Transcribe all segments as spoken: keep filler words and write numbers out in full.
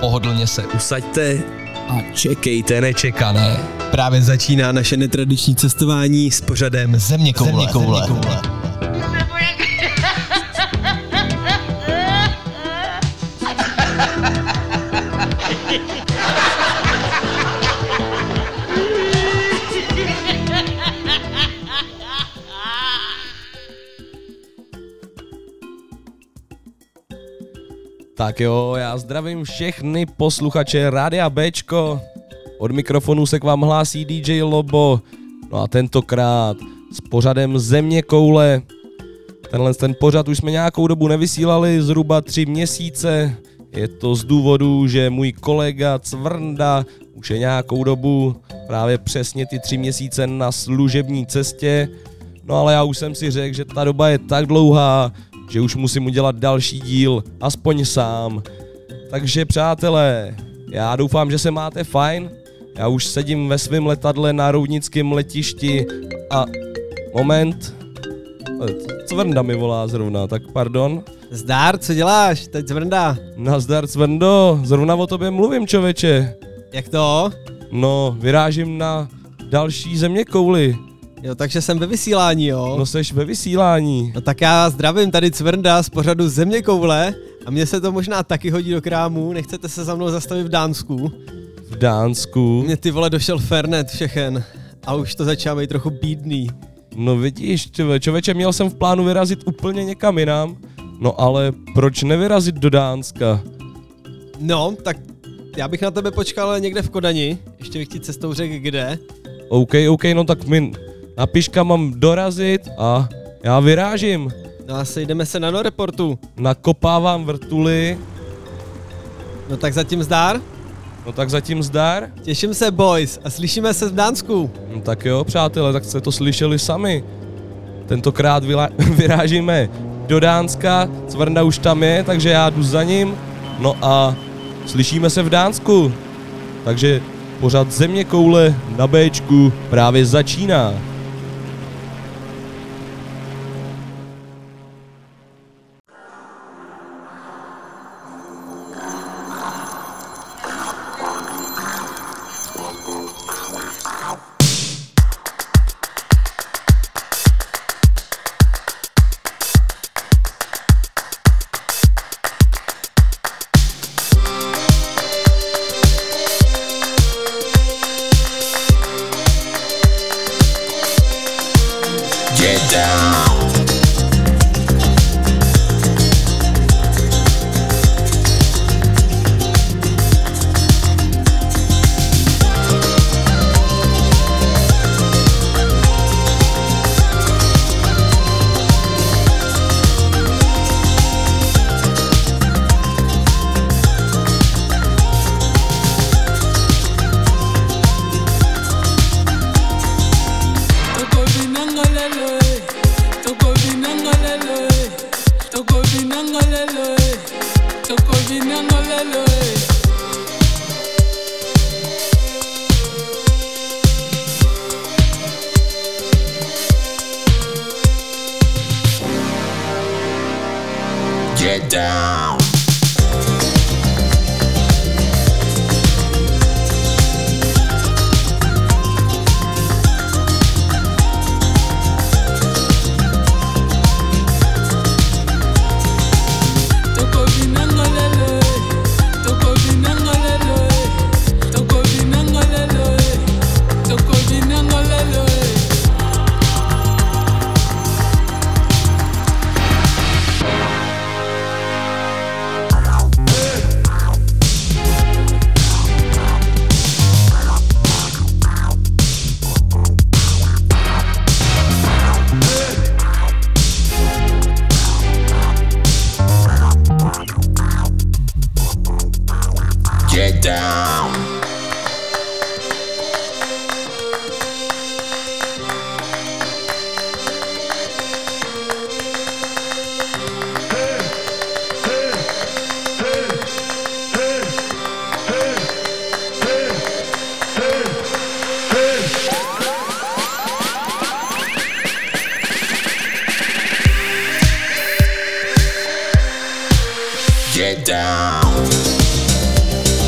pohodlně se usaďte a čekejte nečekané. Právě začíná naše netradiční cestování s pořadem Zeměkoule. Zeměkoule. Zeměkoule. Tak jo, já zdravím všechny posluchače Rádia Béčko. Od mikrofonu se k vám hlásí dý džej Lobo. No a tentokrát s pořadem Zeměkoule. Tenhle ten pořad už jsme nějakou dobu nevysílali, zhruba tři měsíce. Je to z důvodu, že můj kolega Cvrnda už je nějakou dobu, právě přesně ty tři měsíce na služební cestě. No ale já už jsem si řekl, že ta doba je tak dlouhá, že už musím udělat další díl, aspoň sám. Takže přátelé, já doufám, že se máte fajn. Já už sedím ve svém letadle na roudnickém letišti a moment, Cvrnda mi volá zrovna, tak pardon. Zdar, co děláš? Teď Cvrnda. Nazdar Cvrndo, zrovna o tobě mluvím, čověče. Jak to? No, vyrážím na další zeměkouli. Jo, takže jsem ve vysílání, jo? No, seš ve vysílání. No tak já zdravím tady Cvrnda z pořadu Zeměkoule a mně se to možná taky hodí do krámu, nechcete se za mnou zastavit v Dánsku? V Dánsku? Mně ty vole došel Fernet všechen a už to začíná být trochu bídný. No vidíš, čověče, měl jsem v plánu vyrazit úplně někam jinam, no ale proč nevyrazit do Dánska? No, tak já bych na tebe počkal někde v Kodani, ještě bych ti cestou řekl kde. OK, OK, no tak mi napiš, kam mám dorazit a já vyrážím. No a sejdeme se na Noreportu. Nakopávám vrtuly. No tak zatím zdar. No tak zatím zdar. Těším se, boys, a slyšíme se v Dánsku. No tak jo, přátelé, tak jste to slyšeli sami. Tentokrát vylá- vyrážíme do Dánska, Cvrnda už tam je, takže já jdu za ním. No a slyšíme se v Dánsku. Takže pořad Zeměkoule na Béčku právě začíná. Get down. Get down. Get down.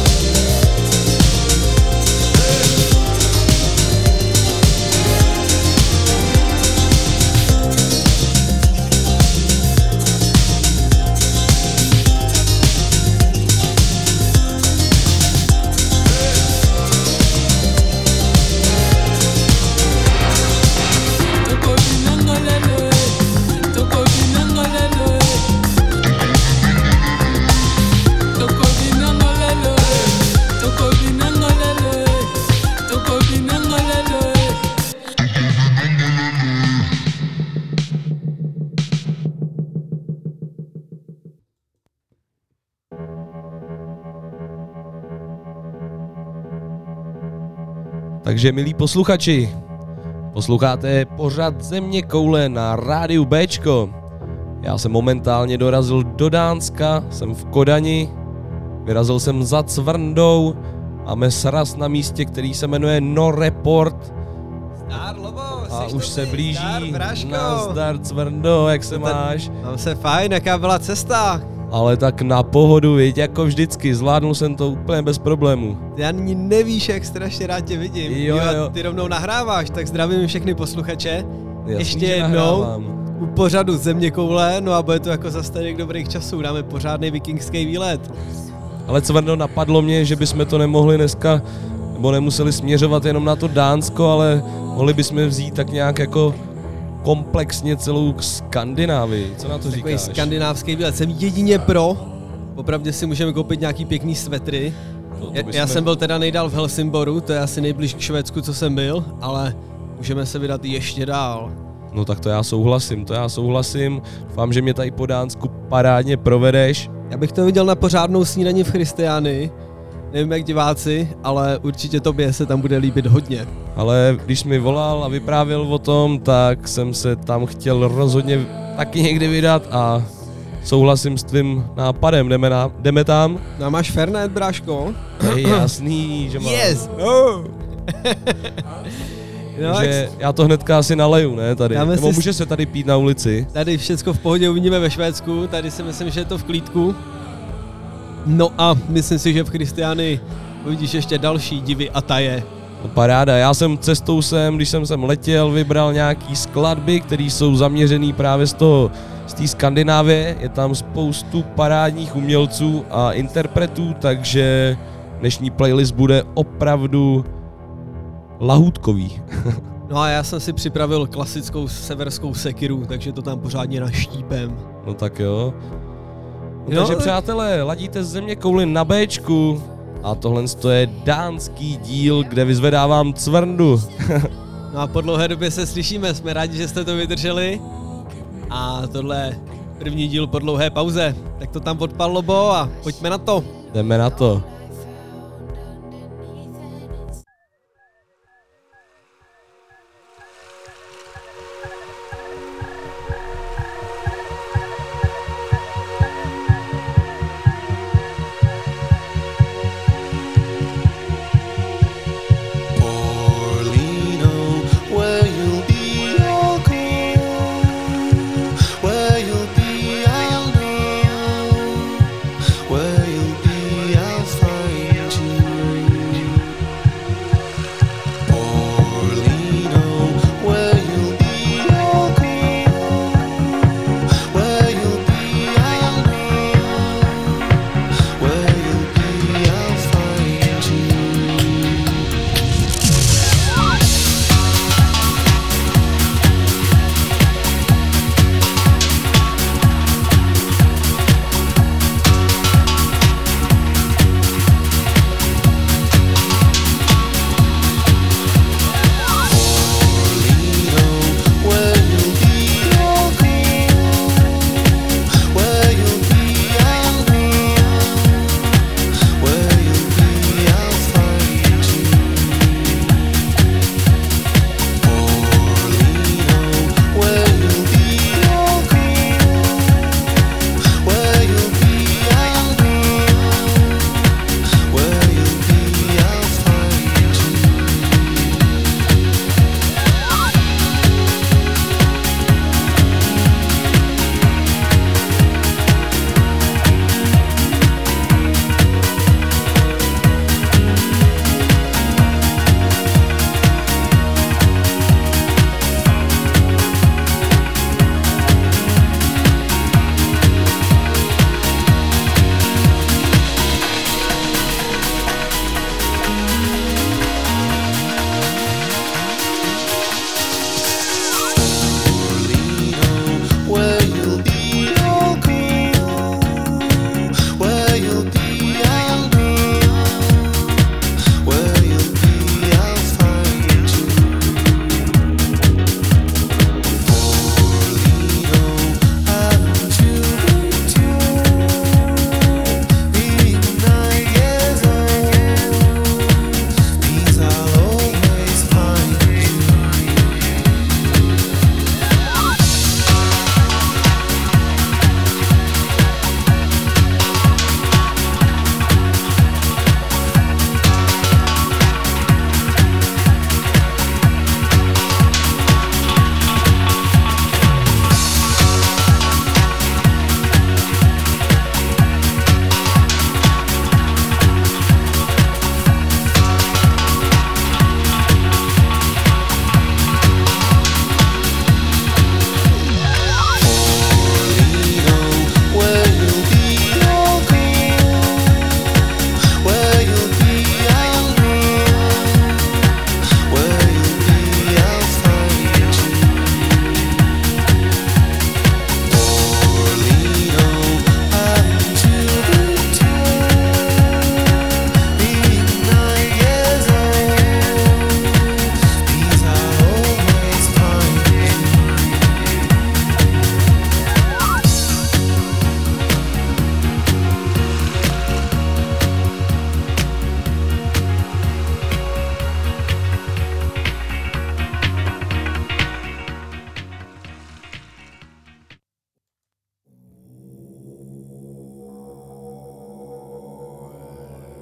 Takže milí posluchači, posloucháte pořad Země koule na rádiu Bčko. Já jsem momentálně dorazil do Dánska, jsem v Kodani, vyrazil jsem za Cvrndou, máme sraz na místě, který se jmenuje No Report. Zdar, Lobo, A už se ty? blíží. Zdar, Braško. Nazdar, Cvrndo, jak se máš? Mám se fajn, jaká byla cesta? Ale tak na pohodu, viď, jako vždycky, zvládnul jsem to úplně bez problémů. Ty ani nevíš, jak strašně rád tě vidím. Jo, Jo, jo. Ty rovnou nahráváš, tak zdravím všechny posluchače. Jasný, Ještě že jednou nahrávám. u pořadu Země koule, no a bude to jako za starých dobrých časů, dáme pořádný vikingský výlet. Ale Cvrndo, napadlo mě, že bychom to nemohli dneska, nebo nemuseli směřovat jenom na to Dánsko, ale mohli bychom vzít tak nějak jako komplexně celou Skandinávii. Co na to Takový říkáš? skandinávský výlet, jsem jedině pro. Popravdě si můžeme koupit nějaký pěkný svetry. To- to Já, bychom- já jsem byl teda nejdál v Helsingboru, to je asi nejblíž k Švédsku, co jsem byl, ale můžeme se vydat ještě dál. No tak to já souhlasím, to já souhlasím. Doufám, že mě tady po Dánsku parádně provedeš. Já bych to viděl na pořádnou snídani v Christiány. Nevím jak diváci, ale určitě tobě se tam bude líbit hodně. Ale když jsi mi volal a vyprávěl o tom, tak jsem se tam chtěl rozhodně taky někdy vydat a souhlasím s tvým nápadem. Jdeme, na, jdeme tam? No a máš Fernet, bráško? Je jasný, že mám. Oh. no, Takže tak já to hnedka asi naleju, ne, tady. Dáme Nebo si- může se tady pít na ulici. tady všecko v pohodě uvidíme ve Švédsku, tady si myslím, že je to v klídku. No a myslím si, že v Christiány uvidíš ještě další divy a taje. No, paráda, já jsem cestou sem, když jsem sem letěl, vybral nějaký skladby, které jsou zaměřený právě z toho, z té Skandinávie. Je tam spoustu parádních umělců a interpretů, takže dnešní playlist bude opravdu lahůdkový. No a já jsem si připravil klasickou severskou sekiru, takže to tam pořádně naštípem. No tak jo. No, Jo, takže tak- přátelé, ladíte Země kouli na Bčku a tohle je dánský díl, kde vyzvedávám Cvrndu. No a po dlouhé době se slyšíme, jsme rádi, že jste to vydrželi. A tohle je první díl po dlouhé pauze. Tak to tam odpal, Lobo, a pojďme na to. Jdeme na to. Paulino, where you'll be, I'll go. Where you'll be, I'll know. Where you'll be, I'll find.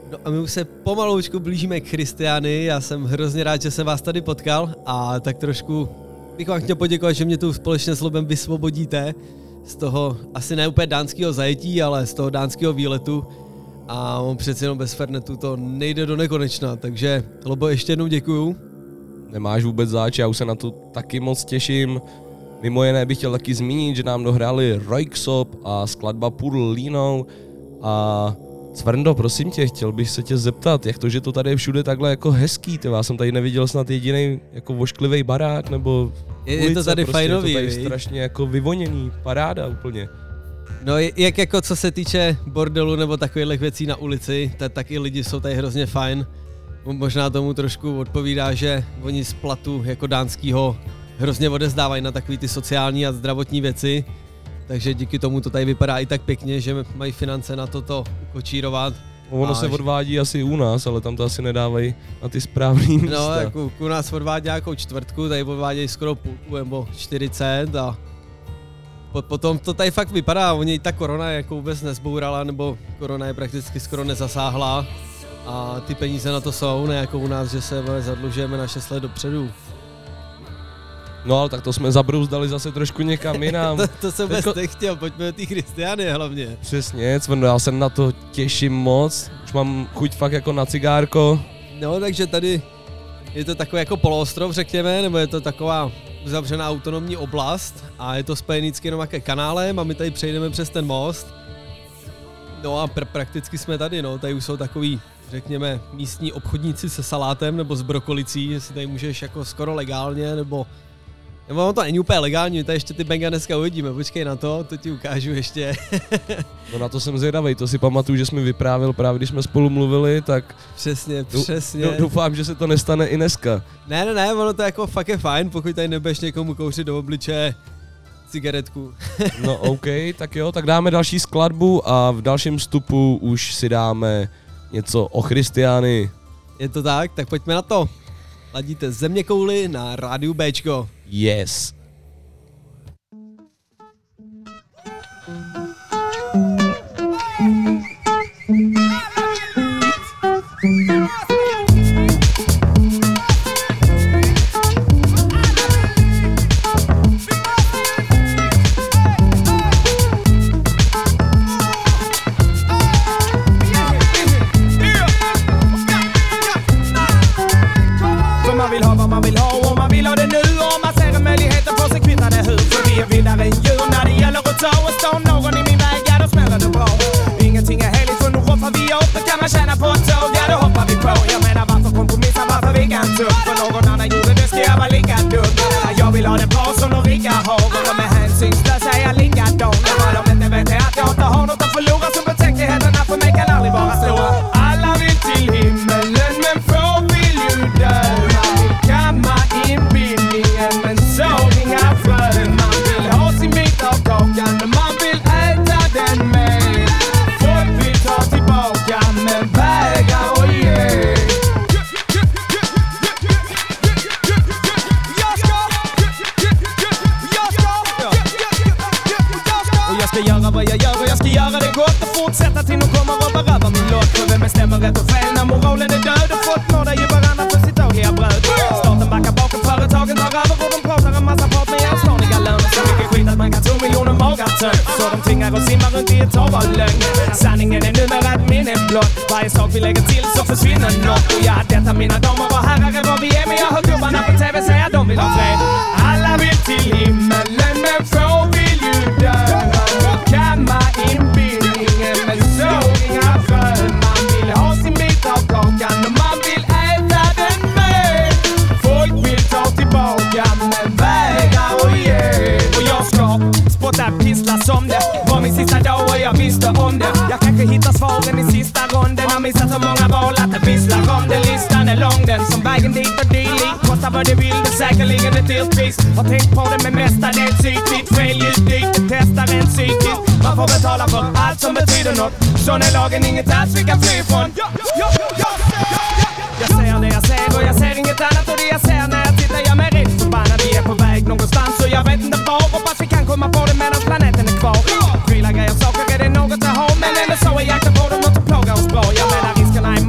No a my už se pomaloučku blížíme k Christiany, já jsem hrozně rád, že jsem vás tady potkal a tak trošku bych vám chtěl poděkovat, že mě tu společně s Lobem vysvobodíte z toho asi ne úplně dánského zajetí, ale z toho dánského výletu a on přeci jenom bez Fernetu to nejde do nekonečna, takže Lobo ještě jednou děkuju. Nemáš vůbec zač, já už se na to taky moc těším. Mimo jiné bych chtěl taky zmínit, že nám dohráli Röyksopp a skladba Pur Línou a Cvrndo, prosím tě, chtěl bych se tě zeptat, jak to, že to tady je všude takhle jako hezký, ty, já jsem tady neviděl snad jediný jako vošklivý barák, nebo je, ulice, je to tady prostě, fajnový, je to tady strašně jako vyvoněný, paráda úplně. No jak jako co se týče bordelu nebo takových věcí na ulici, tak, tak i lidi jsou tady hrozně fajn. Možná tomu trošku odpovídá, že oni z platu jako dánskýho hrozně odezdávají na takový ty sociální a zdravotní věci. Takže díky tomu to tady vypadá i tak pěkně, že mají finance na toto ukočírovat. Ono se odvádí asi u nás, ale tam to asi nedávají na ty správný místa. No, jako u nás odvádí nějakou čtvrtku, tady odvádějí skoro půlku nebo čtyřicet a potom to tady fakt vypadá, oni ta korona jako vůbec nezbourala, nebo korona je prakticky skoro nezasáhla a ty peníze na to jsou, ne jako u nás, že se zadlužujeme na šest let dopředu. No ale tak to jsme zabrouzdali zase trošku někam jinam. to, to jsem vůbec Teďko... nechtěl, pojďme do té Christiany hlavně. Přesně, Cvrndo, já se na to těším moc, už mám chuť fakt jako na cigárko. No takže tady je to takový jako poloostrov, řekněme, nebo je to taková uzavřená autonomní oblast a je to spojený s jenom jaké kanálem a my tady přejdeme přes ten most. No a pr- prakticky jsme tady, no, tady už jsou takový, řekněme, místní obchodníci se salátem nebo s brokolicí, že si tady můžeš jako skoro legálně, nebo Nebo to není úplně legální, tady ještě ty benga dneska uvidíme, počkej na to, to ti ukážu ještě. No na to jsem zvědavej, to si pamatuju, že jsi mi vyprávěl právě, když jsme spolu mluvili, tak... Přesně, přesně. Doufám, že se to nestane i dneska. Ne, ne, ne, ono to jako fakt je fajn, pokud tady nebudeš někomu kouřit do obličeje cigaretku. No OK, tak jo, tak dáme další skladbu a v dalším vstupu už si dáme něco o Christiany. Je to tak, tak pojďme na to. Ladíte Zeměkouli na rádiu Béčko. Yes. Man vill ha vad man vill ha och man vill ha det nu och man ser en möjlighet att få sig kvitta det hur. För vi är vildare än djur när det gäller att ta och stå någon i min väg, ja då smäller det bra. Ingenting är heligt för nu roffar vi upp, då kan man tjäna på ett tåg, ja då hoppar vi på. Jag menar varför kompromissa, varför vi kan tuff? För någon annan gjorde det ska jag vara lika dum. Jag vill ha det bra som de rika har och de är hänsynslösa är jag likadan. När de inte vet är att jag inte har något att förlora så betänkligheterna för mig kan aldrig vara stora. Alla vill till himmelen men få vill ju dö. Kamma inbildningen men så inga frön. Man vill ha sin bit av kakan men man vill äta den med. Folk vill ta tillbaka men vägrar och ge. Och jag ska göra vad jag gör och jag ska göra det gott och fortsätta till de kommer och berövar min låt. För vem bestämmer rätt och fel när moralen är död och folk nådar ju varandra för sitt dagliga bröd. Staten backar bakom, företagen tar över och de pratar en massa prat med jämsnåriga löner. Så mycket skit att man kan tro miljoner magar tönt. Så de tvingar och simmar runt i ett hav av lögn. Sanningen är numera ett minne blott. Varje sak vi lägger till så försvinner något. Och ja, detta mina damer och herrar är vad vi är. Men jag hör gubbarna på tv säga att de vill ha fred. Alla vill till himmelen men få vill ju dö. Kamma inbildningen men så inga frön. Man vill ha sin bit av kakan och man vill äta den med. Folk vill ta tillbaka men vägrar och ge. Och jag ska spotta pissla som det var min sista dag och jag visste om det. Jag kanske hittar svaren i sista ronden. Har missat så många val att det visslar om det. Listan är lång den som vägen dit och dylik. Kostar vad det vill, det säkerligen ett dyrt pris. Har tänkt på det men mesta det är psykigt. Fel ljud dykt, det testar en psykiskt. Man får betala för allt som betyder något. Sån är lagen, inget alls vi kan fly ifrån. Jag ser det jag ser och jag ser inget annat. Och det jag ser när jag tittar jag mig rätt förbannad. Vi är på väg någonstans och jag vet inte var. Hoppas vi kan komma på det medan planeten är kvar. Prylar grejer, saker är det något att ha. Men ändå så är jakten på dem något som plågar oss bra. Jag menar riskerna är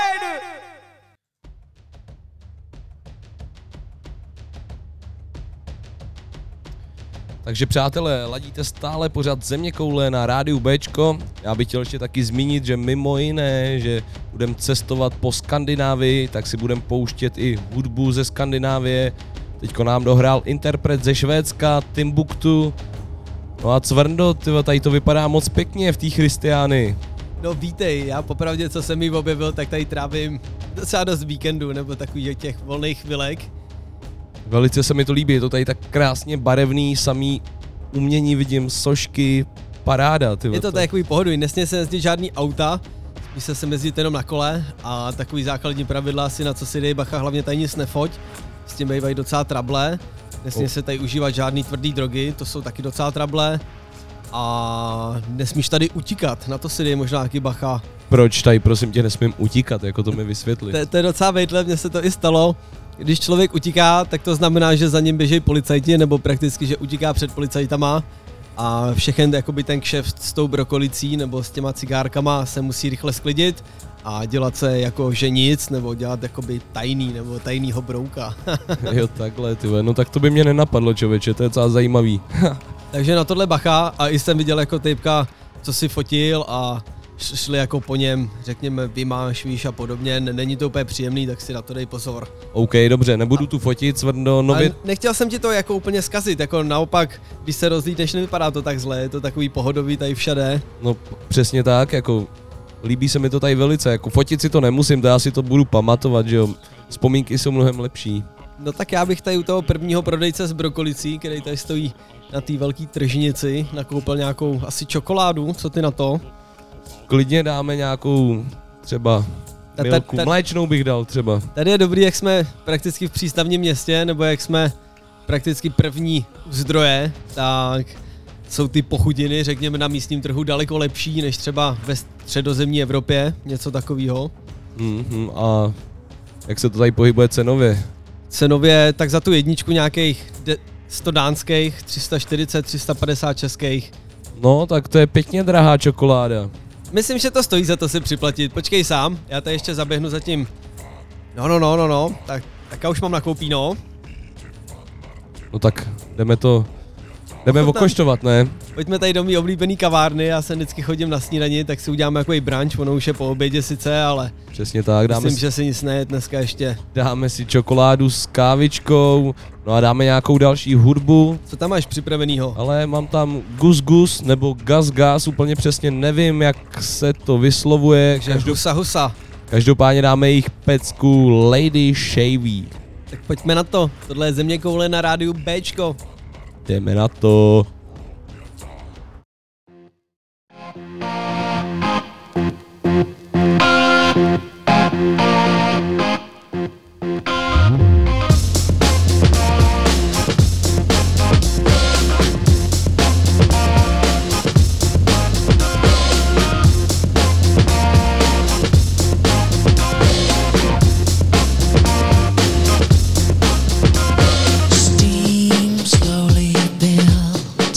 Takže přátelé, ladíte stále pořád Zeměkoule na rádiu Bčko. Já bych chtěl ještě taky zmínit, že mimo jiné, že budeme cestovat po Skandinávii, tak si budeme pouštět i hudbu ze Skandinávie. Teďko nám dohrál interpret ze Švédska, Timbuktu. No a Cvrndo, tyjo, tady to vypadá moc pěkně v té Christiány. No vítej, já popravdě, co jsem mi objevil, tak tady trávím docela dost víkendu, nebo takových těch volných chvilek. Velice se mi to líbí, je to tady tak krásně barevný, samý umění vidím, sošky, paráda. Tyjo, Je to to takový pohodlný, nesmí se jezdit žádný auta, smí se sem jezdit jenom na kole a takový základní pravidla asi na co si dej bacha, hlavně tady nic nefoť, s tím bývají docela trable, nesmí Oh. se tady užívat žádný tvrdý drogy, to jsou taky docela trable a nesmíš tady utíkat, na to si dej možná taky bacha. Proč tady prosím tě nesmím utíkat, jako to mi vysvětli. To, to je docela vejtle, mně se to i stalo. Když člověk utíká, tak to znamená, že za ním běží policajti, nebo prakticky, že utíká před policajtama a všechen jakoby ten kšeft s tou brokolicí nebo s těma cigárkama se musí rychle sklidit a dělat se jako že nic, nebo dělat jakoby tajný, nebo tajnýho brouka. Jo takhle, tyhle, no tak to by mě nenapadlo, člověče, to je docela zajímavý. Takže na tohle bacha a i jsem viděl jako typka, co si fotil a š- šli jako po něm, řekněme, vymáš, víš a podobně, N- není to úplně příjemný, tak si na to dej pozor. OK, dobře, nebudu tu fotit, Cvrndo, nově... Ale nechtěl jsem ti to jako úplně zkazit, jako naopak, když se rozlítneš, nevypadá to tak zle, je to takový pohodový tady všade. No přesně tak, jako líbí se mi to tady velice, jako fotit si to nemusím, to já si to budu pamatovat, že jo, vzpomínky jsou mnohem lepší. No tak já bych tady u toho prvního prodejce s brokolicí, který tady stojí na té velké tržnici, nakoupil nějakou asi čokoládu, co ty na to? Klidně dáme nějakou třeba Ta- ta- milku, ta- mléčnou bych dal třeba. Tady je dobrý, jak jsme prakticky v přístavním městě, nebo jak jsme prakticky první u zdroje, tak jsou ty pochutiny, řekněme, na místním trhu daleko lepší, než třeba ve středozemní Evropě, něco takového. Mhm, a jak se to tady pohybuje cenově? Cenově tak za tu jedničku nějakých de- sto dánských, tři sta čtyřicet, tři sta padesát českých. No, tak to je pěkně drahá čokoláda. Myslím, že to stojí za to si připlatit. Počkej sám, já tady ještě zaběhnu zatím. No, no, no, no, no, tak, tak já už mám nakoupíno. No tak jdeme to, jdeme Ochutnám. okoštovat, ne? Pojďme tady do mý oblíbený kavárny, já se vždycky chodím na snídani, tak si uděláme takový brunch, ono už je po obědě sice, ale Přesně tak, dáme myslím, si, že si nic nejet dneska ještě. dáme si čokoládu s kávičkou, no a dáme nějakou další hudbu. Co tam máš připravenýho? Ale mám tam Gus Gus nebo Gas Gas, úplně přesně nevím, jak se to vyslovuje. Takže Každop, husa husa. každopádně dáme jejich pecku Lady Shavy. Tak pojďme na to, tohle je Zeměkoule na rádiu Bčko. Jdeme na to. Steam slowly build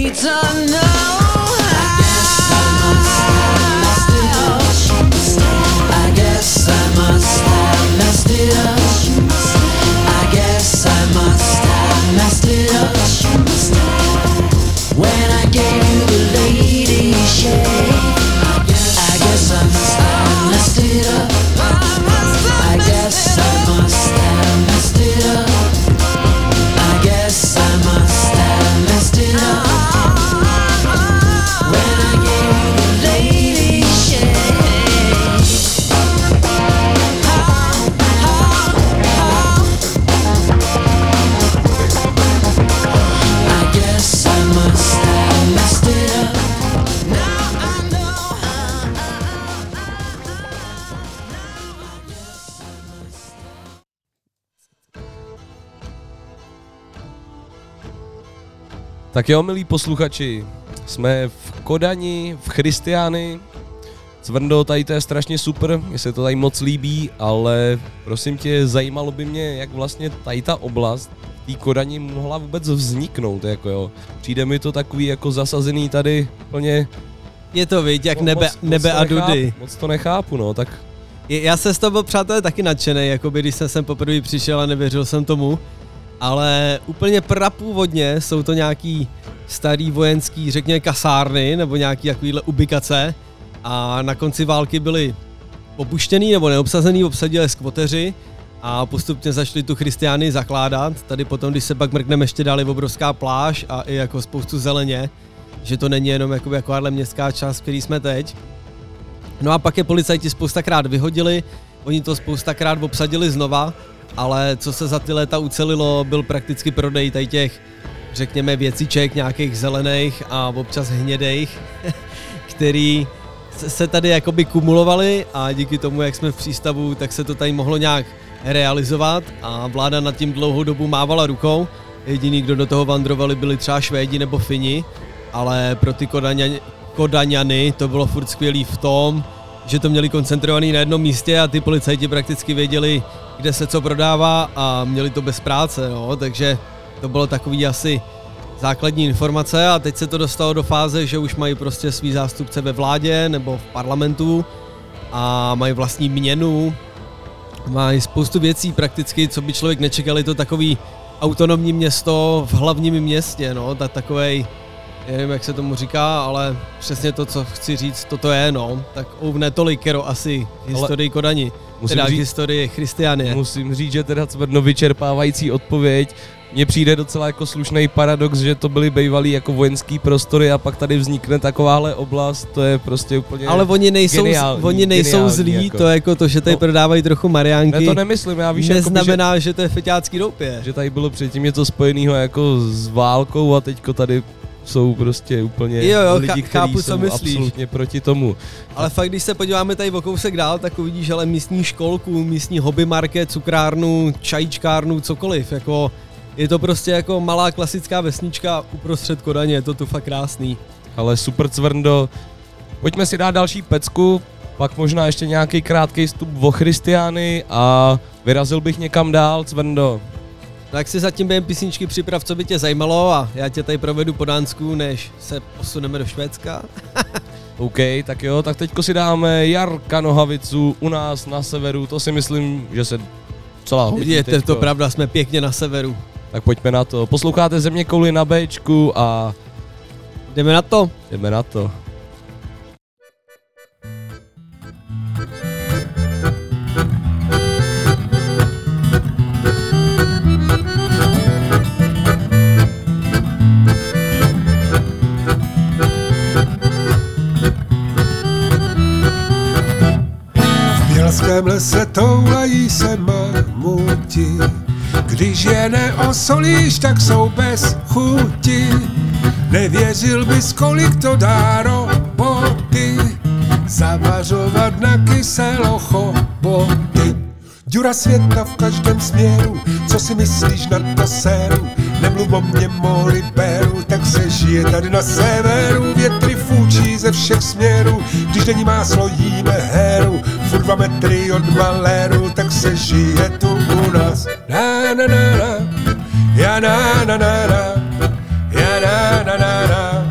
need to know. I guess I must have messed it up. I guess I must have messed it up. I guess I must have messed it up. When I gave you the lady shade, I guess I guess I must have messed it up. I guess I must have messed it up. I guess I must have messed it up. When I gave you the lady shade. Oh, oh, oh. I guess I must have messed it up. Now I know. Tak jo, milí posluchači, jsme v Kodani, v Christiani. Cvrndo, tady to je strašně super, mně se to tady moc líbí, ale prosím tě, zajímalo by mě, jak vlastně tady ta oblast v té Kodani mohla vůbec vzniknout, jako jo. Přijde mi to takový jako zasazený tady plně... Je to, viď, jak mo- nebe, moc, nebe moc a to nechápu, dudy. Moc to nechápu, no, tak... Je- Já jsem z toho byl, přátelé, taky nadšenej, jakoby když jsem sem poprvé přišel a nevěřil jsem tomu. Ale úplně prapůvodně jsou to nějaký starý vojenský, řekněme, kasárny nebo nějaký takovýhle ubikace. A na konci války byly opuštěný nebo neobsazený, obsadili skvoteři a postupně začali tu Christiany zakládat. Tady potom, když se pak mrkneme, ještě dali obrovská pláž a i jako spoustu zeleně, že to není jenom jakoby takováhle městská část, v který jsme teď. No a pak je policajti spoustakrát vyhodili, oni to spoustakrát obsadili znova, ale co se za ty léta ucelilo, byl prakticky prodej tady těch, řekněme, věciček nějakých zelených a občas hnědejch, který se tady jakoby kumulovali a díky tomu, jak jsme v přístavu, tak se to tady mohlo nějak realizovat a vláda nad tím dlouhou dobu mávala rukou. Jediný, kdo do toho vandrovali, byli třeba Švédi nebo Fini, ale pro ty Kodaňani, Kodaňany to bylo furt skvělý v tom, že to měli koncentrovaný na jednom místě a ty policajti prakticky věděli, kde se co prodává a měli to bez práce, no, takže to bylo takový asi základní informace a teď se to dostalo do fáze, že už mají prostě svý zástupce ve vládě nebo v parlamentu a mají vlastní měnu, mají spoustu věcí prakticky, co by člověk nečekal, je to takový autonomní město v hlavním městě, no, tak takovej, nevím, jak se tomu říká, ale přesně to, co chci říct, toto je, no, tak ouvne tolikero asi historii Kodani, teda říct, historii Christianie. Musím říct, že teda Cvrno vyčerpávající odpověď. Mně přijde docela jako slušný paradox, že to byly bývalý jako vojenský prostory a pak tady vznikne takováhle oblast, to je prostě úplně ale oni nejsou, geniální, oni nejsou geniální, zlí, jako. to jako to, že tady No. prodávají trochu mariánky, Ne, to nemyslím, já víš, neznamená, jako, že, že to je feťácký doupě. že, že tady bylo předtím něco spojeného jako s válkou a teďko tady jsou prostě úplně Jo, jo, lidi, chá- kteří chápu, co jsou myslíš. absolutně proti tomu. Ale fakt, když se podíváme tady o kousek dál, tak uvidíš ale místní školku, místní hobby market, cukrárnu, čajíčkárnu, cokoliv, jako je to prostě jako malá klasická vesnička uprostřed Kodaně, je to tu fakt krásný. Ale super, Cvrndo, pojďme si dát další pecku, pak možná ještě nějaký krátký vstup o Christiany a vyrazil bych někam dál, Cvrndo. Tak si zatím během písničky připrav, co by tě zajímalo a já tě tady provedu po Dánsku, než se posuneme do Švédska. OK, tak jo, tak teďko si dáme Jarka Nohavicu u nás na severu, to si myslím, že se celá hodí Je to, teďko. to pravda, jsme pěkně na severu. Tak pojďme na to. Posloucháte Země kouli na Bčku a Jdeme na to. jdeme na to. V bělském lese toulají se mamuti, když je neosolíš, tak jsou bez chuti. Nevěřil bys, kolik to dá roboty, zavařovat na kyselo choboty. Děra světa v každém směru, co si myslíš na to séru? Nemluv o mě, moli beru, tak se žije tady na severu. Větry fúčí ze všech směrů, když není máslo, jíme heru. Furt dva metry od maléru, tak se žije tu u nás. Na na na na, ja na na na na, ja na na na na.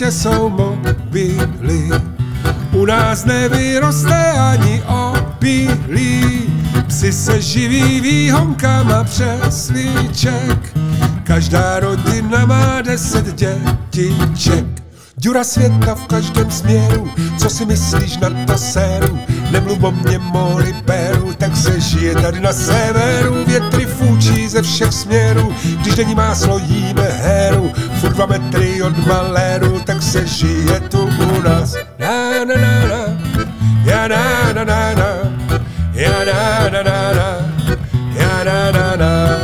světě jsou mobily. U nás nevyroste ani opilí. Psi se živí výhonkama přesliček. Každá rodina má deset dětiček. Děra světa v každém směru, co si myslíš na to séru? Nemluv o mě, moli beru, tak se žije tady na severu. Větry fúčí ze všech směrů, když není máslo, jíme héru. Furt dva metry od maléru, tak se žije tu u nás. Na na na na, ja na na na na, ja na na na na, ja na na na.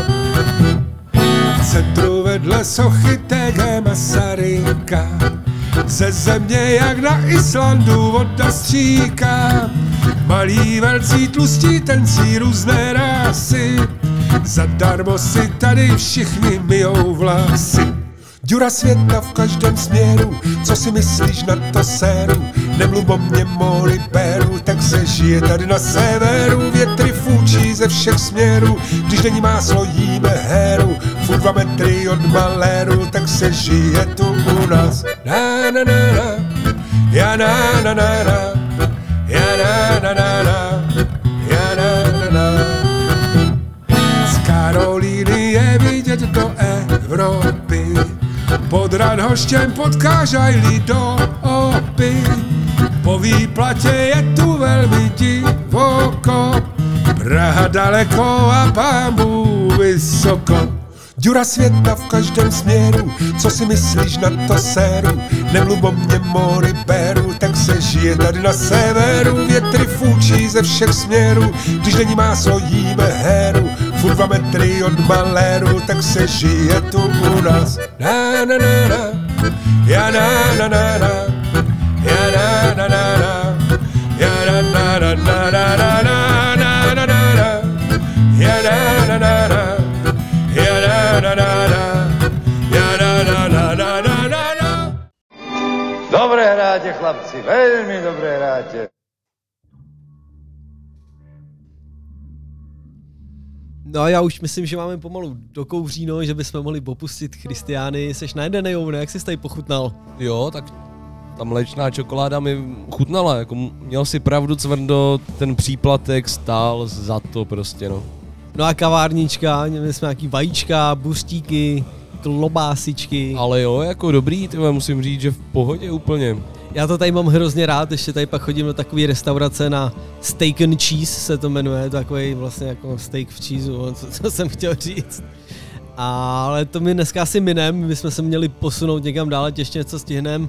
Centru vedle sochy T G Masaryka, ze země jak na Islandu voda stříká. Malí, velcí, tlustí, tencí, různé rásy, zadarmo si tady všichni myjou vlasy. Děra světa v každém směru, co si myslíš na to séru? Nemluv o mě, moli beru, tak se žije tady na severu. Větry fúčí ze všech směrů, když není máslo, jíme héru. Furt dva metry od maléru, tak se žije tu u nás. Na na na na, ja na na na na, ja na na na na, ja na na na. Z Karolíny je vidět do Evropy, pod Radhoštěm potkáš Ajli do opy. Po výplatě je tu velmi divoko, Praha daleko a Pán Bůh vysoko. Děra světa v každém směru, co si myslíš na to séru? Nemluv o mě, moli beru, tak se žije tady na severu. Větry fúčí ze všech směrů, když není máslo, jíme héru. Furt dva metry od maléru, tak se žije tu u nás. Na na na na, ja na na na na, ja na na na na, ja na na na na na na na na na na, ja na na na na, ja na na na na, ja na na na na na na na. Dobre hráte, chlapci, veľmi dobre hráte. No a já už myslím, že máme pomalu do kouříno, že bychom mohli popustit Christiány. Seš najedenej, Oune, jak jsi tady pochutnal? Jo, tak ta mléčná čokoláda mi chutnala, jako měl si pravdu, Cvrndo, ten příplatek stál za to prostě, no. No a kavárnička, měli jsme nějaký vajíčka, buřtíky, klobásičky. Ale jo, jako dobrý, tyhle, musím říct, že v pohodě úplně. Já to tady mám hrozně rád, ještě tady pak chodím do takové restaurace na steak and cheese se to jmenuje, takový vlastně jako steak v cheeseu, co, co jsem chtěl říct. Ale to my dneska asi minem, my jsme se měli posunout někam dál, ještě něco stihneme.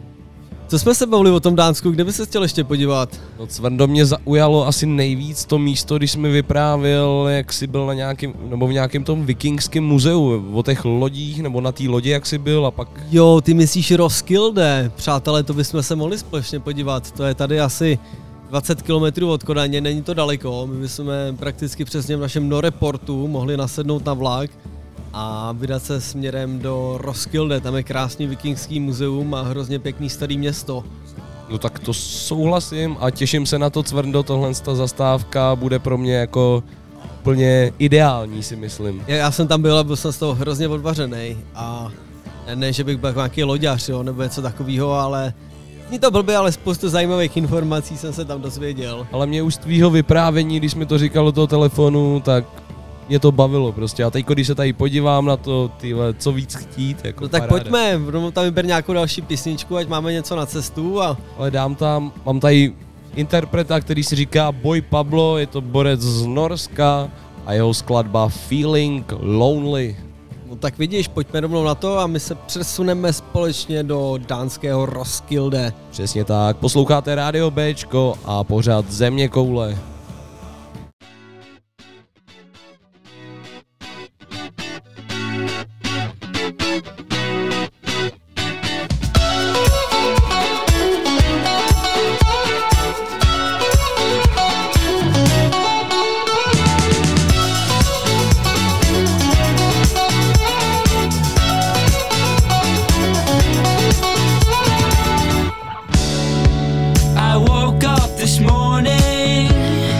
Co jsme se bavili o tom Dánsku, kde by se chtěl ještě podívat? No Cvrndo, mě zaujalo asi nejvíc to místo, když jsi mi vyprávěl, jak jsi byl na nějakým, nebo v nějakém tom vikingském muzeu, o těch lodích, nebo na té lodi, jak jsi byl a pak... Jo, ty myslíš Roskilde, přátelé, to bychom se mohli společně podívat, to je tady asi dvacet kilometrů od Kodaně, není to daleko, my bychom prakticky přesně v našem Noreportu mohli nasednout na vlak a vydat se směrem do Roskilde, tam je krásný vikingský muzeum a hrozně pěkný starý město. No tak to souhlasím a těším se na to, Cvrndo, tohle ta zastávka bude pro mě jako úplně ideální, si myslím. Já, já jsem tam byl a byl jsem z toho hrozně odvařenej a ne, že bych byl jako nějaký loďař, jo, nebo něco takového, ale ní to blbě, ale spoustu zajímavých informací jsem se tam dozvěděl. Ale mě už z tvýho vyprávění, když mi to říkal do toho telefonu, tak mě to bavilo prostě a teď, když se tady podívám na to, tyhle, co víc chtít, jako no tak paráda. pojďme, rovnou tam vyber nějakou další písničku, ať máme něco na cestu a... Ale dám tam, mám tady interpreta, který si říká Boy Pablo, je to borec z Norska a jeho skladba Feeling Lonely. No tak vidíš, pojďme rovnou na to a my se přesuneme společně do dánského Roskilde. Přesně tak, posloucháte Rádio Béčko a pořád Země koule. I woke up this morning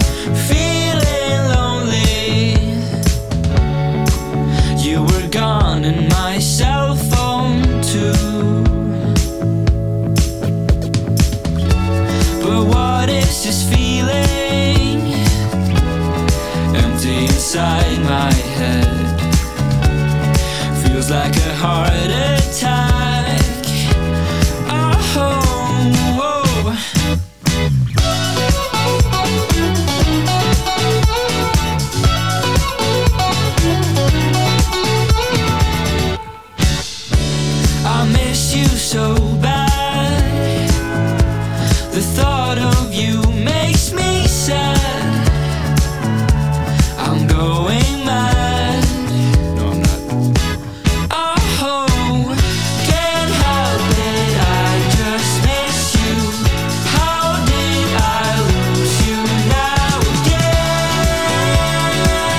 inside my head feels like a heart attack. Oh, whoa. I miss you so bad. The thought of you makes me sad. I'm going mad. No, I'm not. Oh, can't help it. I just miss you. How did I lose you now again?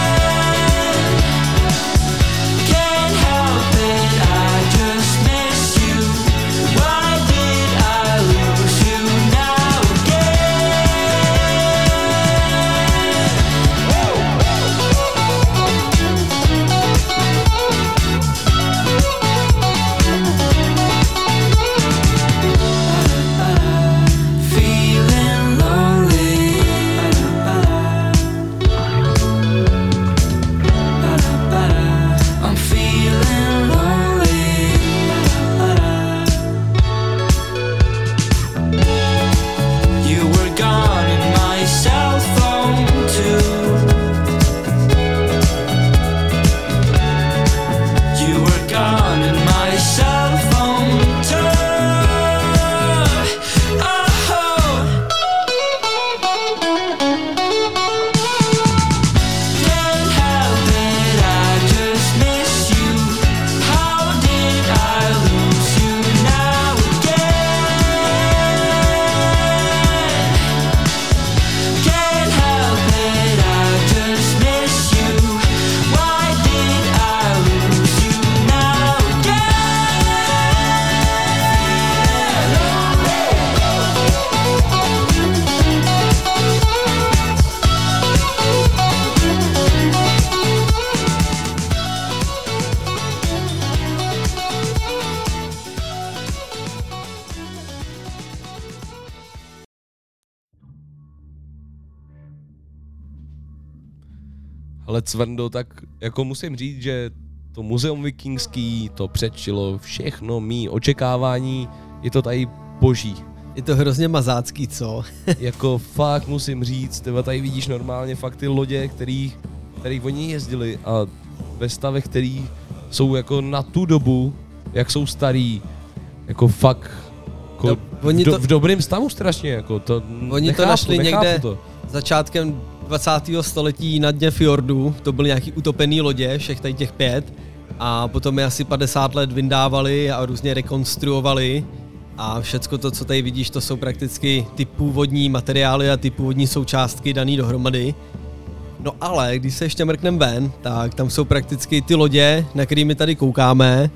Can't help it. I just miss you. Why did I lose you now again? Feeling lonely. I'm feeling lonely. You were gone in my cell phone too. You were gone in my cell phone too. Oh, can't help it. I just miss you. How did I lose you now again? Can't help it. I just miss you. Why did I lose you now again? Ale Cvrndo, tak jako musím říct, že to muzeum vikingský, to předčilo všechno mý očekávání, je to tady boží. Je to hrozně mazácký, co? Jako fakt musím říct, teba tady vidíš normálně fakt ty lodě, kterých, kterých oni jezdili a ve stavech, který jsou jako na tu dobu, jak jsou starý, jako fakt jako No, oni v, do, to- v dobrém stavu strašně, jako to Oni nechápu, to našli nechápu někde to. začátkem dvacátého století na dně fjordu, to byly nějaký utopený lodě, všech tady těch pět, a potom je asi padesát let vyndávali a různě rekonstruovali a všecko to, co tady vidíš, to jsou prakticky ty původní materiály a ty původní součástky daný dohromady. No ale, když se ještě mrknem ven, tak tam jsou prakticky ty lodě, na kterými tady koukáme,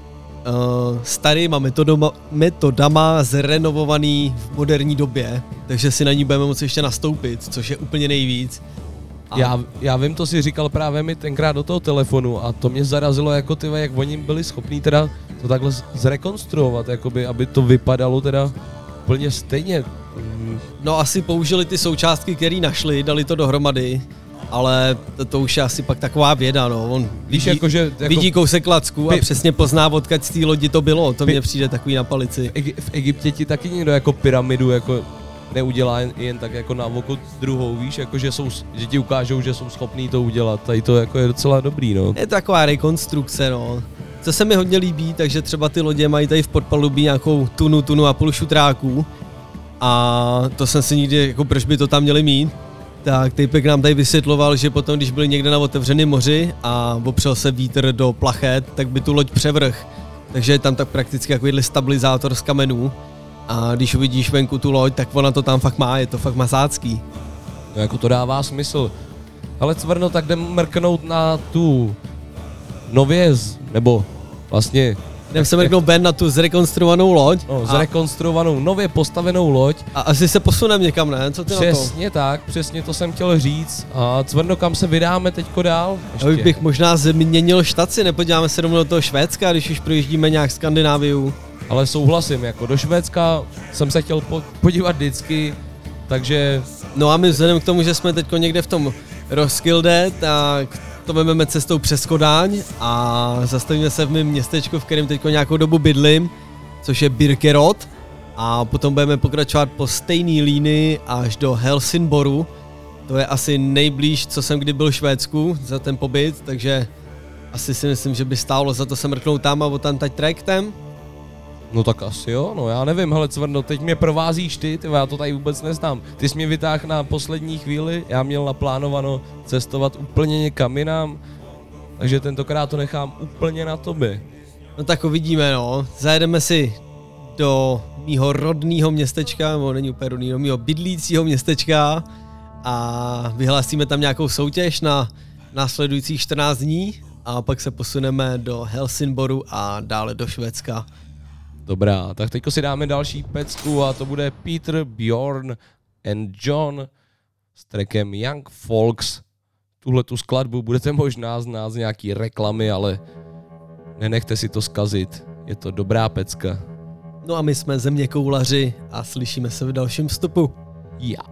uh, starýma metodama, metodama zrenovovaný v moderní době, takže si na ní budeme moci ještě nastoupit, což je úplně nejvíc. A Já, já vím, to si říkal právě mi tenkrát do toho telefonu a to mě zarazilo, jako ty, jak oni byli schopní teda to takhle z- zrekonstruovat, jakoby, aby to vypadalo teda úplně stejně. Mm, No asi použili ty součástky, které našli, dali to dohromady, ale to, to už je asi pak taková věda, no. On Víš, vidí, jako, že jako vidí kousek klacku a Pi- přesně pozná, odkud z té lodi to bylo, to Pi- mně přijde takový na palici. Egy- v Egyptě ti taky někdo jako pyramidu jako neudělá jen, jen tak jako na oko druhou, víš, jako že, jsou, že ti ukážou, že jsou schopní to udělat, tady to jako je docela dobrý, no. Je to taková rekonstrukce, no. Co se mi hodně líbí, takže třeba ty lodě mají tady v podpalubí nějakou tunu, tunu a půl šutráků. A to jsem si nikdy, jako proč by to tam měli mít. Tak Typek nám tady vysvětloval, že potom, když byli někde na otevřeném moři a opřel se vítr do plachet, tak by tu loď převrh. Takže je tam tak prakticky takovýhle stabilizátor z kamenů. A když uvidíš venku tu loď, tak ona to tam fakt má, je to fakt mazácký. No jako to dává smysl. Ale Cvrno, tak jdem mrknout na tu nově, z- nebo vlastně Jdem se mrknout ven na tu zrekonstruovanou loď no, a, zrekonstruovanou, nově postavenou loď. a asi se posuneme někam, ne? Co ty na to? Přesně tak, přesně to jsem chtěl říct. A Cvrno, kam se vydáme teďko dál? Já už bych možná změnil štaci, nepodíváme se rovnou do toho Švédska, když už projíždíme nějak Skandináviu. Ale souhlasím, jako do Švédska jsem se chtěl po- podívat vždycky, takže No a my vzhledem k tomu, že jsme teď někde v tom Roskilde, tak to vezmeme cestou přes Kodáň a zastavíme se v mém městečku, v kterém teď nějakou dobu bydlím, což je Birkerod. A potom budeme pokračovat po stejné línii až do Helsingboru. To je asi nejblíž, co jsem kdy byl v Švédsku za ten pobyt, takže asi si myslím, že by stálo za to se mrknout tam a tam teď trajektem. No tak asi jo, no já nevím, hele Cvrno, teď mě provázíš ty, ty já to tady vůbec neznám. Ty jsi mě vytáhl na poslední chvíli, já měl naplánováno cestovat úplně někam jinam, takže tentokrát to nechám úplně na tobě. No tak uvidíme, no, zajedeme si do mýho rodného městečka, nebo není úplně rodného, mýho bydlícího městečka a vyhlásíme tam nějakou soutěž na následujících čtrnáct dní a pak se posuneme do Helsingboru a dále do Švédska. Dobrá, tak teďko si dáme další pecku a to bude Peter, Bjorn and John s trackem Young Folks. Tuhle tu skladbu budete možná znát z nějaký reklamy, ale nenechte si to zkazit, je to dobrá pecka. No a my jsme Země koulaři a slyšíme se v dalším vstupu. Já. Yeah.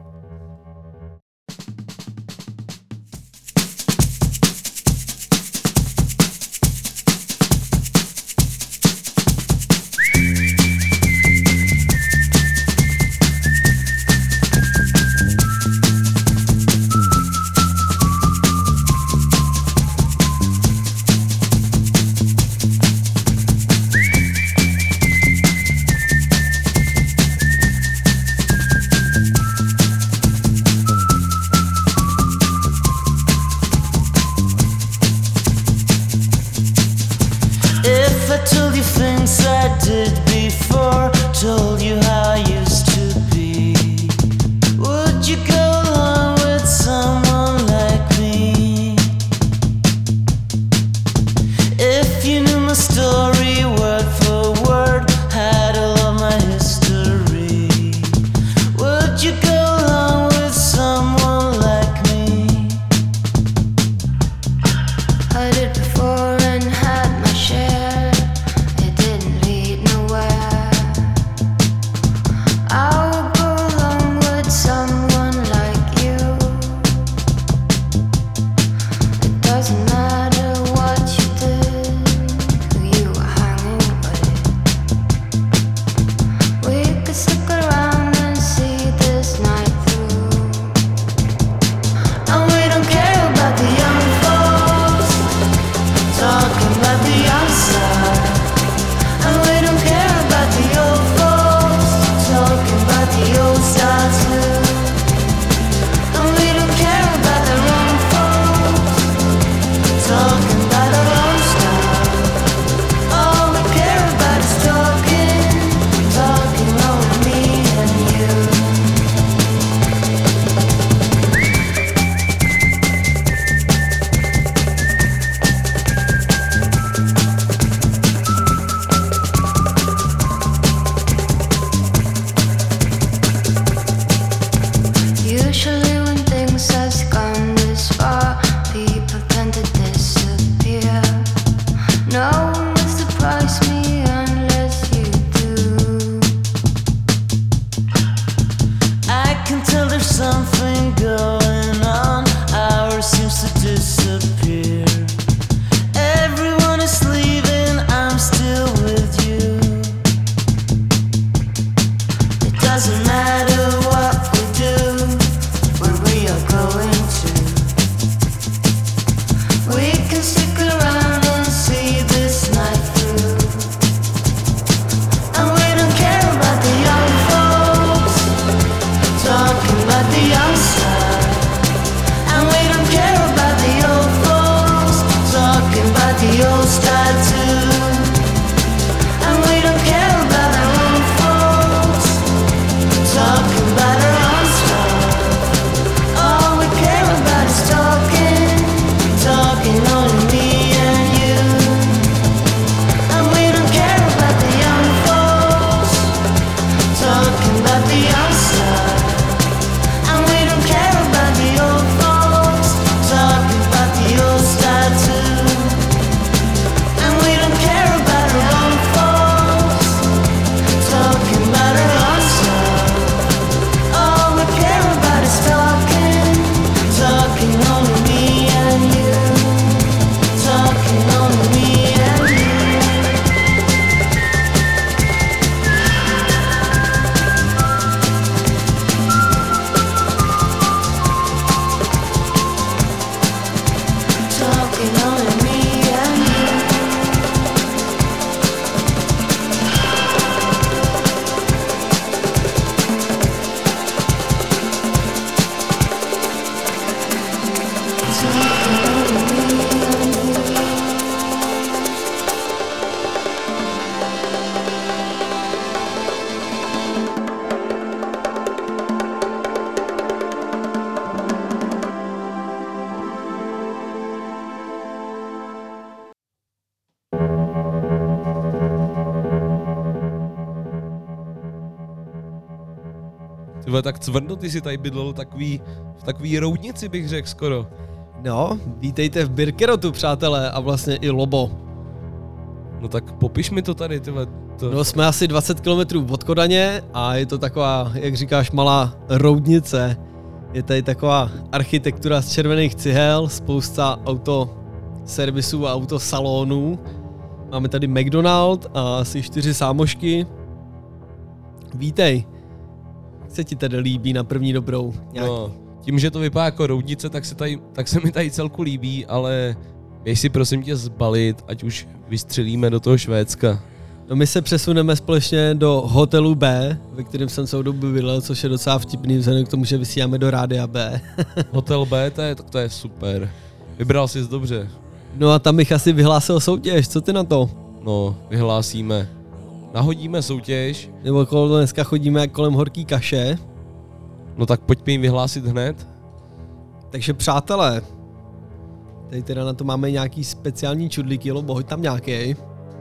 vole, tak Cvrndo, ty si tady bydlel takový, v takový roudnici, bych řekl skoro. No, vítejte v Birkerotu, přátelé, a vlastně i Lobo. No tak popiš mi to tady, tyhle. To... No, jsme asi dvacet kilometrů od Kodaně a je to taková, jak říkáš, malá roudnice. Je tady taková architektura z červených cihel, spousta autoservisů a autosalonů. Máme tady McDonald a asi čtyři sámošky. Vítej. Jak se ti tady líbí na první dobrou? Nějaký? No, tím, že to vypadá jako roudnice, tak se, tady, tak se mi tady celku líbí, ale běž si prosím tě zbalit, ať už vystřelíme do toho Švédska. No, my se přesuneme společně do hotelu B, ve kterém jsem celou dobu bydlel, což je docela vtipný vzhledem k tomu, že vysíláme do Rádia B. Hotel B, to je, to je super. Vybral jsi dobře. No a tam bych asi vyhlásil soutěž, co ty na to? No, vyhlásíme. Nahodíme soutěž. Nebo kolem dneska chodíme jak kolem horký kaše. No tak pojďme ji vyhlásit hned. Takže přátelé, tady teda na to máme nějaký speciální čudlíky, Lobo, hoď tam nějaký.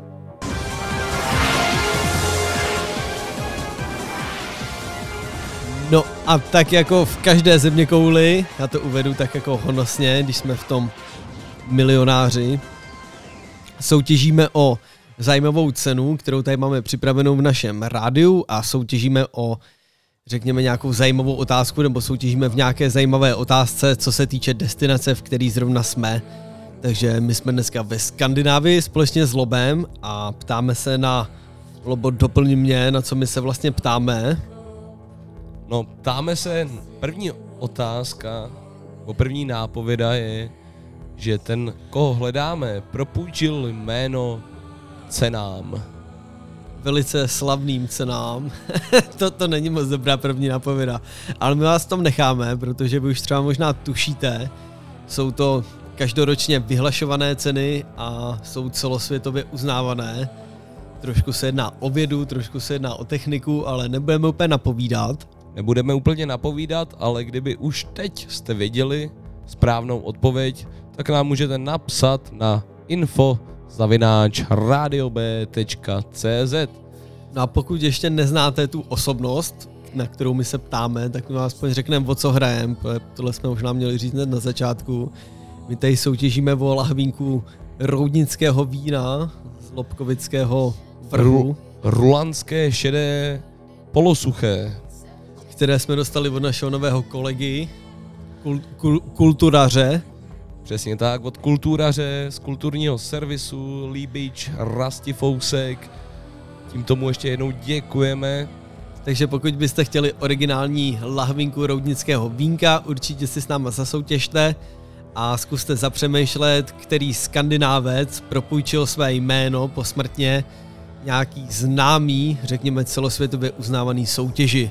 No a tak jako v každé zeměkouli, já to uvedu tak jako honosně, když jsme v tom milionáři, soutěžíme o zajímavou cenu, kterou tady máme připravenou v našem rádiu a soutěžíme o, řekněme, nějakou zajímavou otázku nebo soutěžíme v nějaké zajímavé otázce, co se týče destinace, v který zrovna jsme. Takže my jsme dneska ve Skandinávii společně s Lobem a ptáme se na, Lobo, doplň mě, na co my se vlastně ptáme. No, ptáme se, první otázka, nebo první nápověda je, že ten, koho hledáme, propůjčil jméno cenám. Velice slavným cenám. to, to není moc dobrá první nápověda. Ale my vás v tom necháme, protože vy už třeba možná tušíte, jsou to každoročně vyhlašované ceny a jsou celosvětově uznávané. Trošku se jedná o vědu, trošku se jedná o techniku, ale nebudeme úplně napovídat. Nebudeme úplně napovídat, ale kdyby už teď jste věděli správnou odpověď, tak nám můžete napsat na info zavináč radiob tečka cz. No a pokud ještě neznáte tu osobnost, na kterou my se ptáme, tak my vám aspoň řekneme, o co hrajeme. Tohle jsme možná měli říct hned na začátku. My tady soutěžíme o lahvínku roudnického vína z Lobkovického vrhu. Rulanské šedé polosuché. Které jsme dostali od našeho nového kolegy, kul, kul, kulturaře. Přesně tak, od kulturaře z kulturního servisu Líbič Rastifousek. Tím tomu ještě jednou děkujeme. Takže pokud byste chtěli originální lahvinku roudnického vínka, určitě si s náma zasoutěžte a zkuste zapřemýšlet, který Skandinávec propůjčil své jméno posmrtně nějaký známý, řekněme celosvětově uznávaný soutěži.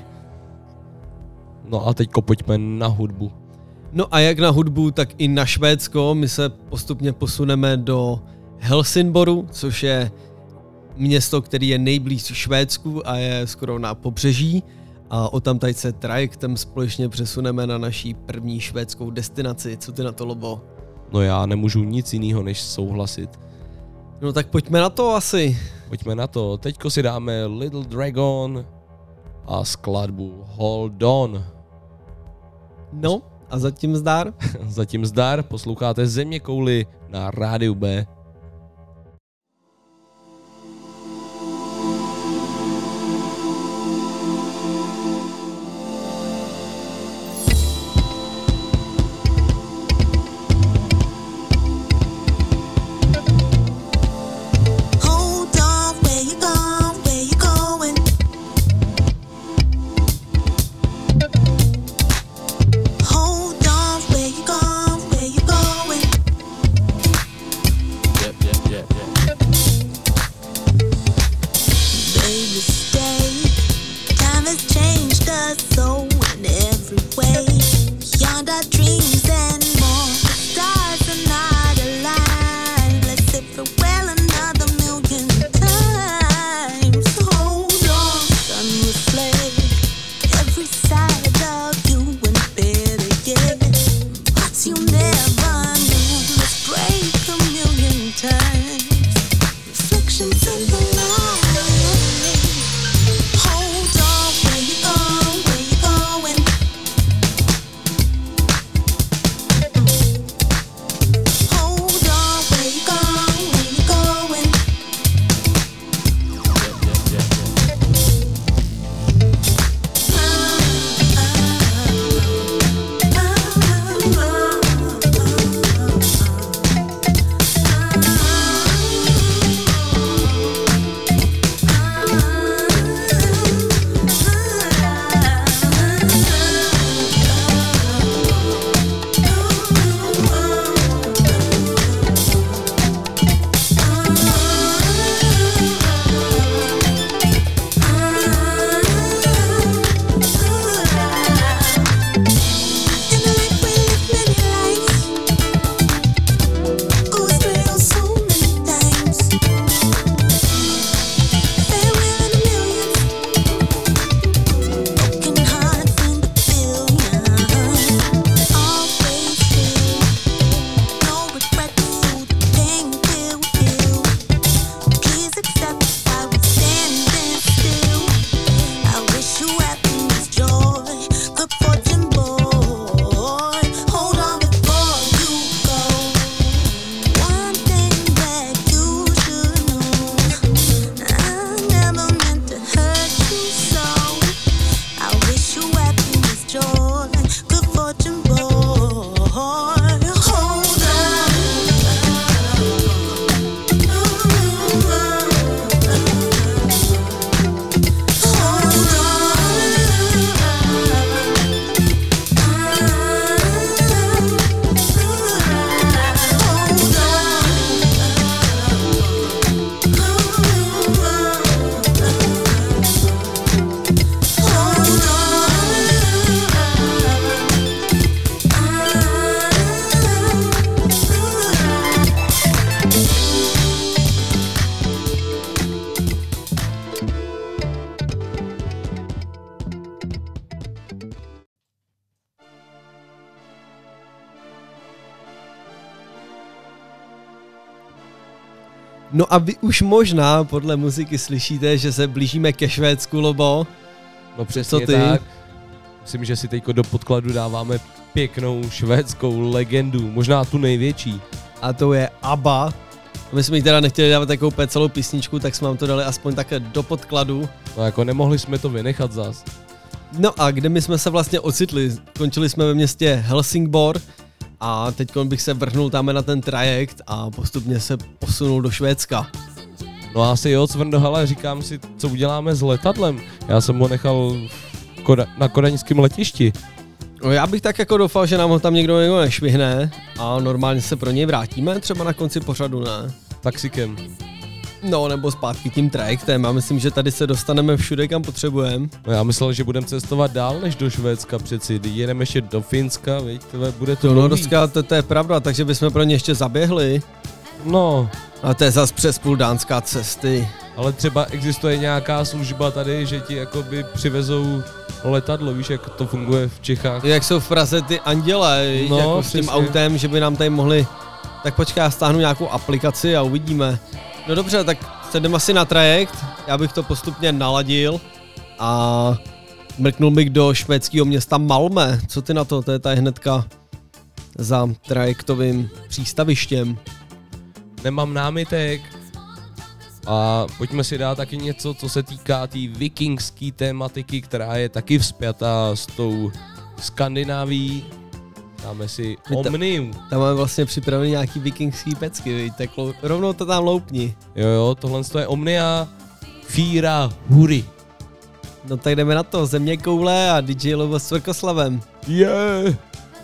No a teďko pojďme na hudbu. No a jak na hudbu, tak i na Švédsko. My se postupně posuneme do Helsingboru, což je město, který je nejblíž Švédsku a je skoro na pobřeží. A odtamtud se trajektem společně přesuneme na naší první švédskou destinaci. Co ty na to, Lobo? No já nemůžu nic jiného než souhlasit. No tak pojďme na to asi. Pojďme na to. Teďko si dáme Little Dragon a skladbu Hold On. No a zatím zdar. Zatím zdar, posloucháte Zeměkouli na Rádiu B. No a vy už možná podle muziky slyšíte, že se blížíme ke Švédsku, Lobo. No přesně Co ty? tak. Myslím, že si teďko do podkladu dáváme pěknou švédskou legendu, možná tu největší. A to je ABBA. My jsme jich teda nechtěli dávat takovou celou písničku, tak jsme vám to dali aspoň také do podkladu. No jako nemohli jsme to vynechat zas. No a kde my jsme se vlastně ocitli? Končili jsme ve městě Helsingborg a teď bych se vrhnul tam na ten trajekt a postupně se posunul do Švédska. No asi jo, Cvrndo, hele, říkám si, co uděláme s letadlem. Já jsem ho nechal koda- na kodaňském letišti. No já bych tak jako doufal, že nám ho tam někdo, někdo nešvihne a normálně se pro něj vrátíme, třeba na konci pořadu, ne? Taxikem. No, nebo zpátky tím trajektem. Já myslím, že tady se dostaneme všude, kam potřebujeme. No já myslel, že budeme cestovat dál než do Švédska přeci. Jedeme ještě do Finska, viď, tebe, bude to To, no, dlouhý. dneska, to, to je pravda, takže bychom pro ně ještě zaběhli. No, A to je zas přes půl dánská cesty. ale třeba existuje nějaká služba tady, že ti jakoby přivezou letadlo, víš, jak to funguje v Čechách. Jak jsou v Praze ty anděle, No, jako s tím přesně. autem, že by nám tady mohli... Tak počkej, já stáhnu nějakou aplikaci a uvidíme. No dobře, tak se jdeme asi na trajekt, já bych to postupně naladil a mrknul bych do švédského města Malmö. Co ty na to? To je tady hnedka za trajektovým přístavištěm. Nemám námitek. A pojďme si dát taky něco, co se týká té tý vikingské tématiky, která je taky vzpjatá s tou Skandinávií. Dáme si My ta- Omnium. Tam máme vlastně připravený nějaký vikingský pecky, viď? Tak lou- rovnou to tam loupni. Jo jo, tohle je Omnia Fíra Huri. No tak jdeme na to, Země koule a D J Lobo s Cvrkoslavem. Yeah.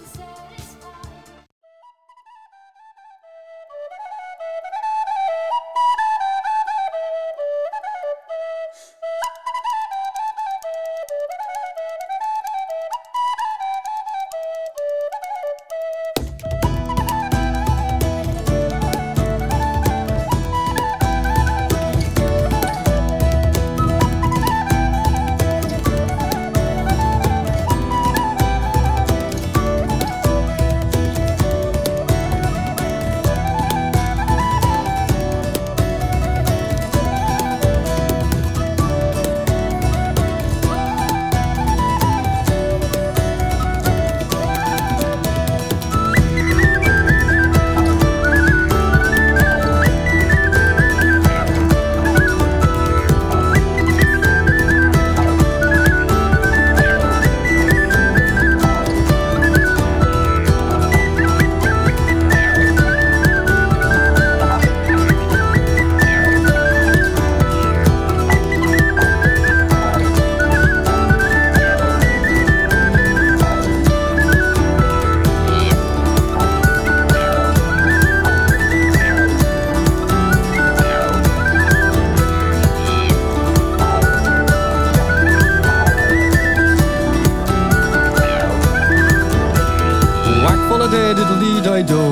diddle-dee-diddle-dee-di-do.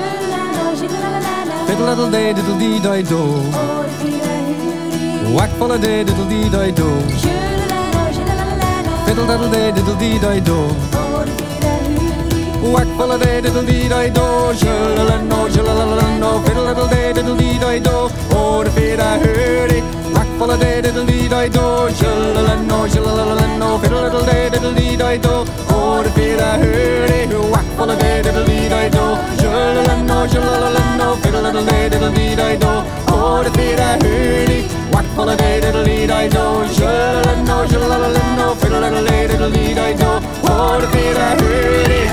Fiddle-diddle-day-diddle-dee-di-do. Whack-full-a-day-diddle-dee-di-do. Fiddle-diddle-day-diddle-dee-di-do. Whack-full-a-day-diddle-dee-di-do. Shoo-la-la-no, shoo-la-la-la-no. Fiddle-diddle-day-diddle-dee-di-do. Oh, the feet-a-hurdy. Whack-full-a-day-diddle-dee-di-do. Shoo-la-la-no, shoo-la-la-la-no. Fiddle-diddle-day-diddle-dee-di-do. Oh, the feet-a-hurdy. Whack-full-a-day-diddle-dee-di-do. Shoo-la-la-no, shoo-la-la-la-no. Fiddle-diddle-day-diddle-dee-di-do. Oh, the feet-a-hurdy. Whack-full-a-day-diddle-dee-di-do. Shoo-la-la-no, shoo-la-la-la-no. Fiddle-diddle-day-diddle-dee-di-do. Oh, the feet-a-hurdy.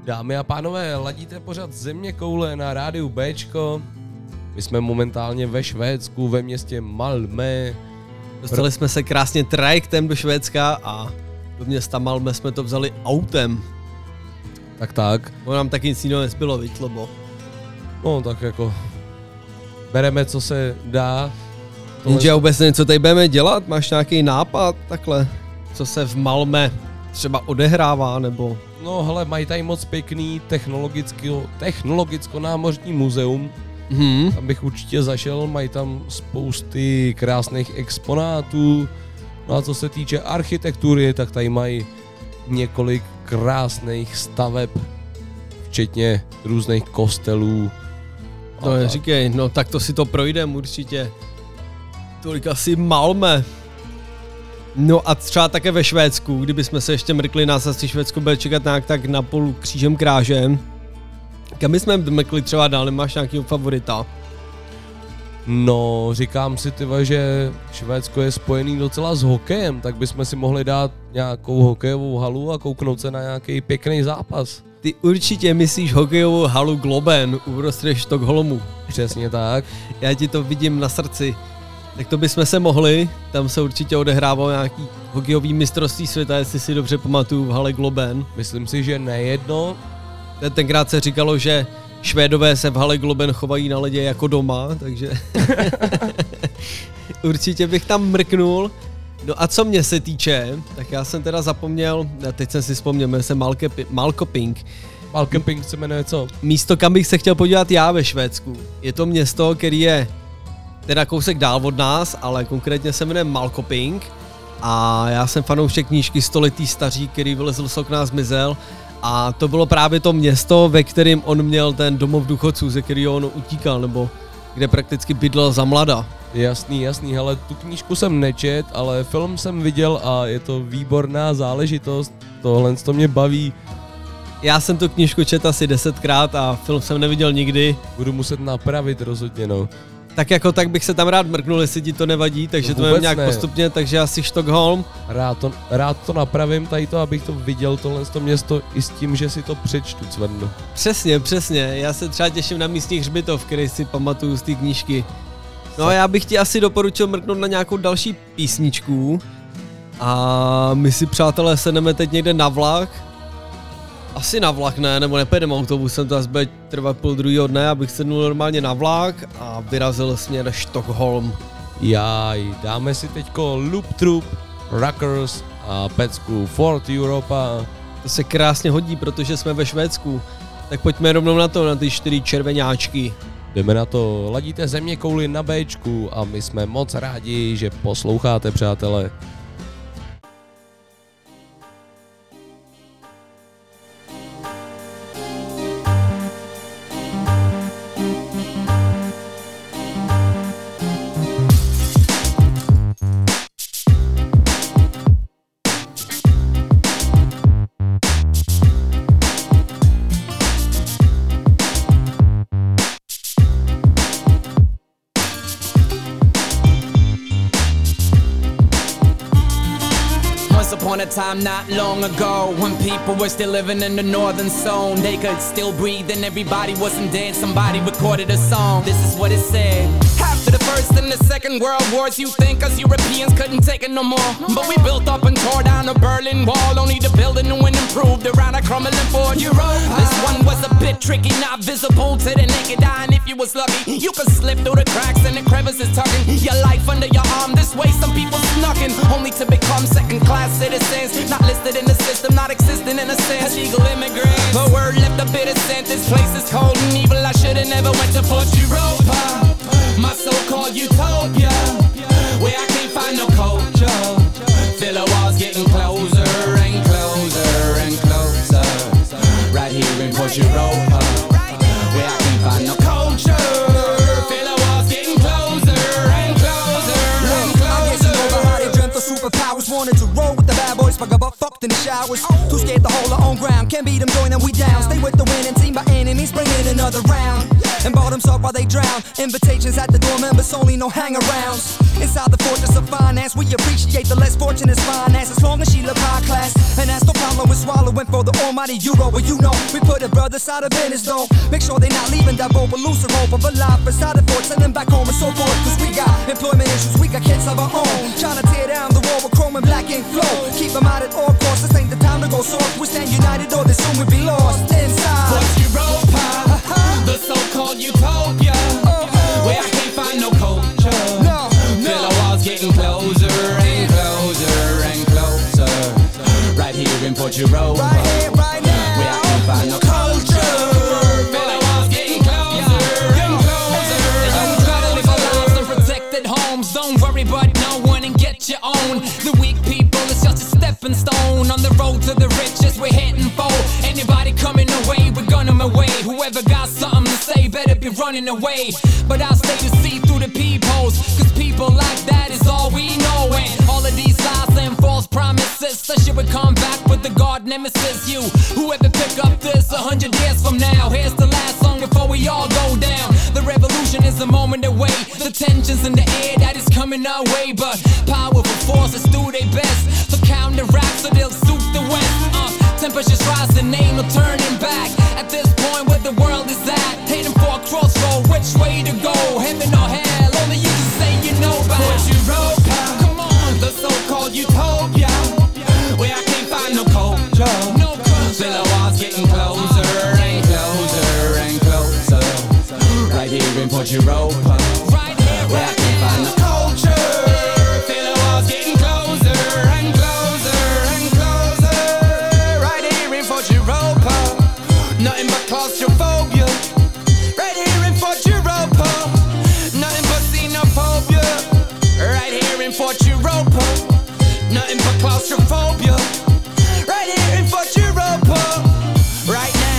Dámy a pánové, ladíte pořád Země koule na rádiu Bčko. My jsme momentálně ve Švédsku, ve městě Malmö. Dostali jsme se krásně trajektem do Švédska a do města Malmö jsme to vzali autem. Tak tak. Bo nám taky nic jiného nezbylo, viď, Lobo? No tak jako bereme, co se dá. Jenže já vůbec nevím, co tady budeme dělat, máš nějaký nápad takhle, co se v Malmö třeba odehrává, nebo... No hele, mají tady moc pěkný technologicko, technologicko-námořní muzeum. Hmm. Tam bych určitě zašel, mají tam spousty krásných exponátů. No a co se týče architektury, tak tady mají několik krásných staveb, včetně různých kostelů. No neříkej, no tak to si to projdem určitě. Tolik asi Malmö. No a třeba také ve Švédsku, kdybychom se ještě mrkli, nás asi Švédsko bude čekat nějak tak na polu křížem krážem. Kam bychom mrkli třeba dál, nemáš nějakýho favorita? No, říkám si tyva, že Švédsko je spojený docela s hokejem, tak bychom si mohli dát nějakou hokejovou halu a kouknout se na nějaký pěkný zápas. Ty určitě myslíš hokejovou halu Globen uprostřed Stockholmu. Přesně tak. Já ti to vidím na srdci. Tak to bychom se mohli, tam se určitě odehrávalo nějaký hokejový mistrovství světa, jestli si dobře pamatuju, v hale Globen. Myslím si, že nejedno. Tenkrát se říkalo, že Švédové se v hale Globen chovají na ledě jako doma, takže určitě bych tam mrknul. No a co mě se týče, tak já jsem teda zapomněl, teď jsem si vzpomněl, jmenuje se Malköping. Malköping se jmenuje co? Místo, kam bych se chtěl podívat já ve Švédsku. Je to město, který je teda kousek dál od nás, ale konkrétně se jmenuje Malköping. A já jsem fanoušek knížky Stoletý staří, který vylezl z okna a zmizel. A to bylo právě to město, ve kterém on měl ten domov důchodců, ze kterého on utíkal, nebo kde prakticky bydlel za mlada. Jasný, jasný, hele, tu knížku jsem nečet, ale film jsem viděl a je to výborná záležitost, tohle to mě baví. Já jsem tu knížku četl asi desetkrát a film jsem neviděl nikdy. Budu muset napravit rozhodně, no. Tak jako tak bych se tam rád mrknul, jestli ti to nevadí, takže to mám nějak ne. postupně, takže asi Stockholm. Rád to, rád to napravím tady to, abych to viděl, tohle to město i s tím, že si to přečtu, Cvrno. Přesně, přesně, já se třeba těším na místní hřbitov, který si pamatuju z té knížky. No a já bych ti asi doporučil mrknout na nějakou další písničku. A my si, přátelé, sedneme teď někde na vlak. Asi na vlak ne, nebo nepojedeme autobusem, to asi bude trvat půl druhýho dne, abych sednul normálně na vlak a vyrazil směr Stockholm. Jaj, dáme si teďko Loop Troop, Rockers a pecku Ford Europa. To se krásně hodí, protože jsme ve Švédsku. Tak pojďme rovnou na to, na ty čtyři červeňáčky. Jdeme na to, ladíte Země kouli na Bčku a my jsme moc rádi, že posloucháte, přátelé. On a time not long ago when people were still living in the northern zone, they could still breathe and everybody wasn't dead. Somebody recorded a song. This is what it said. After the first and the second world wars, you think us Europeans couldn't take it no more, but we built up and tore down the Berlin Wall, only to build a new and improved around a crumbling for Europe. This one was a bit tricky, not visible to the naked eye, and if you was lucky, you could slip through the cracks and the crevices, tucking your life under your arm. This way some people snuck in, only to become second-class citizens, not listed in the system, not existing in a sense. Illegal immigrants. The word left a bitter scent. This place is cold and evil. I should've never went to Port Europa, my so-called utopia, where I can't find no culture. Feel the walls getting closer and closer and closer. Right here in Port Europa, where I can't find no culture. Feel the walls getting closer and closer and closer. Superpowers wanted to roll with the bad boys, but got butt fucked in the showers. Too scared to hold our own ground, can't beat them, join them, we down. Stay with the winning team by any means, bring in another round. and bottoms up while they drown. Invitations at the door, members only, no hangarounds. Inside the fortress of finance, we appreciate the less fortunate's finance as long as she live high class. And that's no problem with swallowing for the almighty euro. Well, you know, we put the brothers out of business though. Make sure they not leaving that boat, but lose the hope of a life beside the fort, send them back home and so forth. Cause we got employment issues, we got kids of our own. Trying to tear down the wall with chrome and black ink flow. Keep them out at all costs, this ain't the time to go soft. We stand united or this soon we be lost inside. What's Europa, the so-called utopia, where I can't find no culture. No, Feel the walls getting closer and closer and closer. Right here in Port Europa, right here, right now, where I can't find no culture. Feel the walls getting closer and closer and closer. Live our lives in protected homes. Don't worry about no one and get your own. The weak people is just a stepping stone on the road to the riches we're heading for. Anybody coming away, we're gun them away. Whoever got something to say better be running away. But I'll stay to see through the peepholes, cause people like that is all we know. And all of these lies and false promises, so shit would come back with the God nemesis. You, whoever pick up this a hundred years from now, here's the last song before we all go down. The revolution is a moment away, the tensions in the air that is coming our way. But powerful forces do their best to counteract so they'll suit the West. uh, Temperatures rising, ain't no turning back. At this point where the world is at, heading for a crossroad, which way to go, heaven or hell, only you can say you know about. Port Europa, come on, the so-called utopia, where I can't find no culture. No culture. Feel the walls getting closer and closer and closer. Right here in Port Europa, right here, where I can't find no culture. Feel the walls getting closer and closer and closer. Right here in Port Europa, nothing but claustrophobia. Right here in Port Europa, nothing but xenophobia. Right here in Port Europa, nothing but claustrophobia. Right here in Port Europa, right now.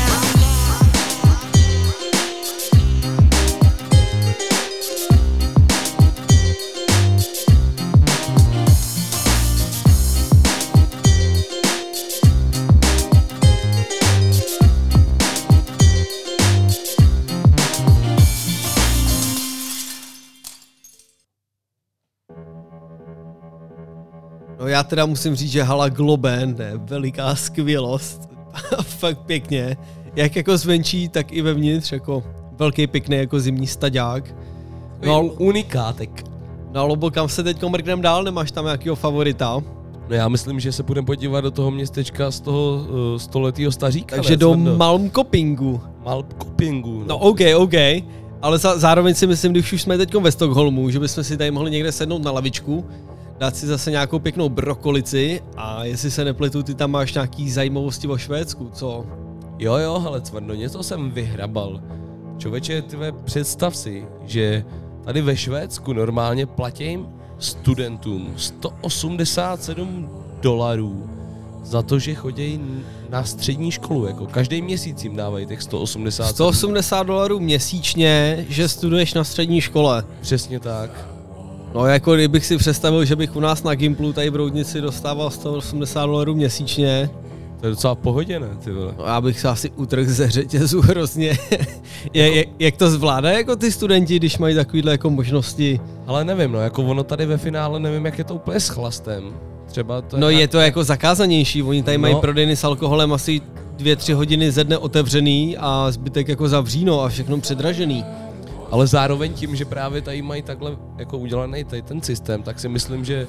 No já teda musím říct, že hala Globen je veliká skvělost. Fakt pěkně. Jak jako zvenčí, tak i vevnitř, jako velký pěkný jako zimní staďák. No, unikátek. No Lobo, kam se teď mrknem dál? Nemáš tam nějakýho favorita? No já myslím, že se budeme podívat do toho městečka z toho uh, stoletýho staříka. Takže do Malmkopingu. Malmkopingu. No, no OK, OK. Ale za, zároveň si myslím, když už jsme teď ve Stockholmu, že bychom si tady mohli někde sednout na lavičku, dát si zase nějakou pěknou brokolici a jestli se nepletu, ty tam máš nějaký zajímavosti o Švédsku, co? Jo jo, hele Cvrno, něco jsem vyhrabal. Člověče, tyve, představ si, že tady ve Švédsku normálně platím studentům sto osmdesát sedm dolarů za to, že chodí na střední školu, jako každý měsíc jim dávají těch sto osmdesát sedm. sto osmdesát dolarů měsíčně, že studuješ na střední škole. Přesně tak. No jako kdybych si představil, že bych u nás na Gimplu tady v Roudnici dostával sto osmdesát dolarů měsíčně. To je docela v pohodě, ne, ty vole? No, já bych se asi utrhl ze řetězu hrozně. je, je, jak to zvládá jako ty studenti, když mají takovýhle jako možnosti? Ale nevím, no, jako ono tady ve finále nevím, jak je to úplně s chlastem. Třeba to je no nějak... je to jako zakázanější, oni tady no. mají prodejny s alkoholem asi dvě, tři hodiny ze dne otevřený a zbytek jako zavříno a všechno předražený. Ale zároveň tím, že právě tady mají takhle jako udělaný tady ten systém, tak si myslím, že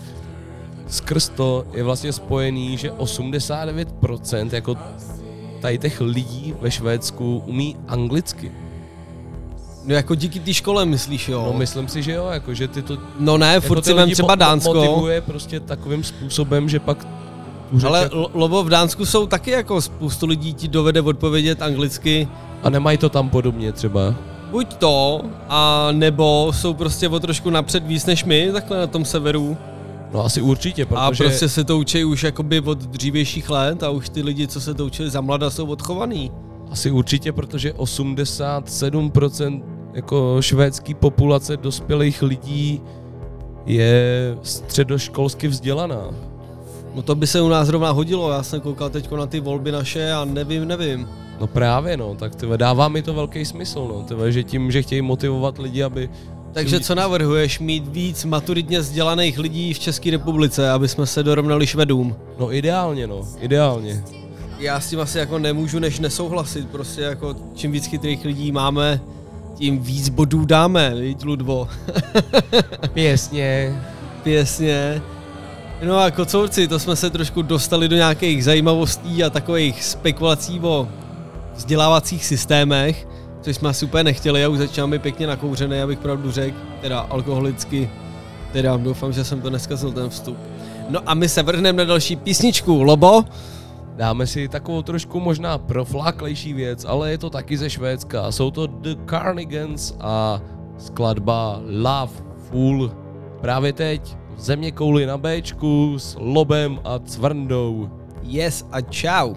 skrz to je vlastně spojený, že osmdesát devět procent jako tady těch lidí ve Švédsku umí anglicky. No jako díky té škole myslíš, jo? No myslím si, že jo, jako že ty to... No ne, jako furt si vem třeba Dánsko. Motivuje prostě takovým způsobem, že pak... Ale jako... Lobo, v Dánsku jsou taky jako spoustu lidí ti dovede odpovědět anglicky. A nemají to tam podobně třeba? Buď to, a nebo jsou prostě o trošku napřed víc než my, takhle na tom severu. No asi určitě, protože... A prostě se to učí už jakoby od dřívějších let a už ty lidi, co se to učili za mlada, jsou odchovaný. Asi určitě, protože osmdesát sedm procent jako švédský populace dospělých lidí je středoškolsky vzdělaná. No to by se u nás zrovna hodilo, já jsem koukal teďko na ty volby naše a nevím, nevím. No právě no, tak tyhle, dává mi to velký smysl, no, tyhle, že tím, že chtějí motivovat lidi, aby... Takže co navrhuješ, mít víc maturitně vzdělaných lidí v České republice, aby jsme se dorovnali Švedům? No ideálně no, ideálně. Já s tím asi jako nemůžu než nesouhlasit, prostě jako čím víc chytrých lidí máme, tím víc bodů dáme, viď Ludvo? Pěsně. Pěsně. No a kocourci, to jsme se trošku dostali do nějakých zajímavostí a takových spekulací o vzdělávacích systémech, což jsme asi úplně nechtěli, já už začínám být pěkně nakouřený, abych pravdu řekl, teda alkoholicky, teda doufám, že jsem to neskazil ten vstup. No a my se vrhneme na další písničku, Lobo. Dáme si takovou trošku možná profláklejší věc, ale je to taky ze Švédska. Jsou to The Carnigans a skladba Love Fool. Právě teď v Zeměkouli na Bčku s Lobem a Cvrndou. Yes a čau.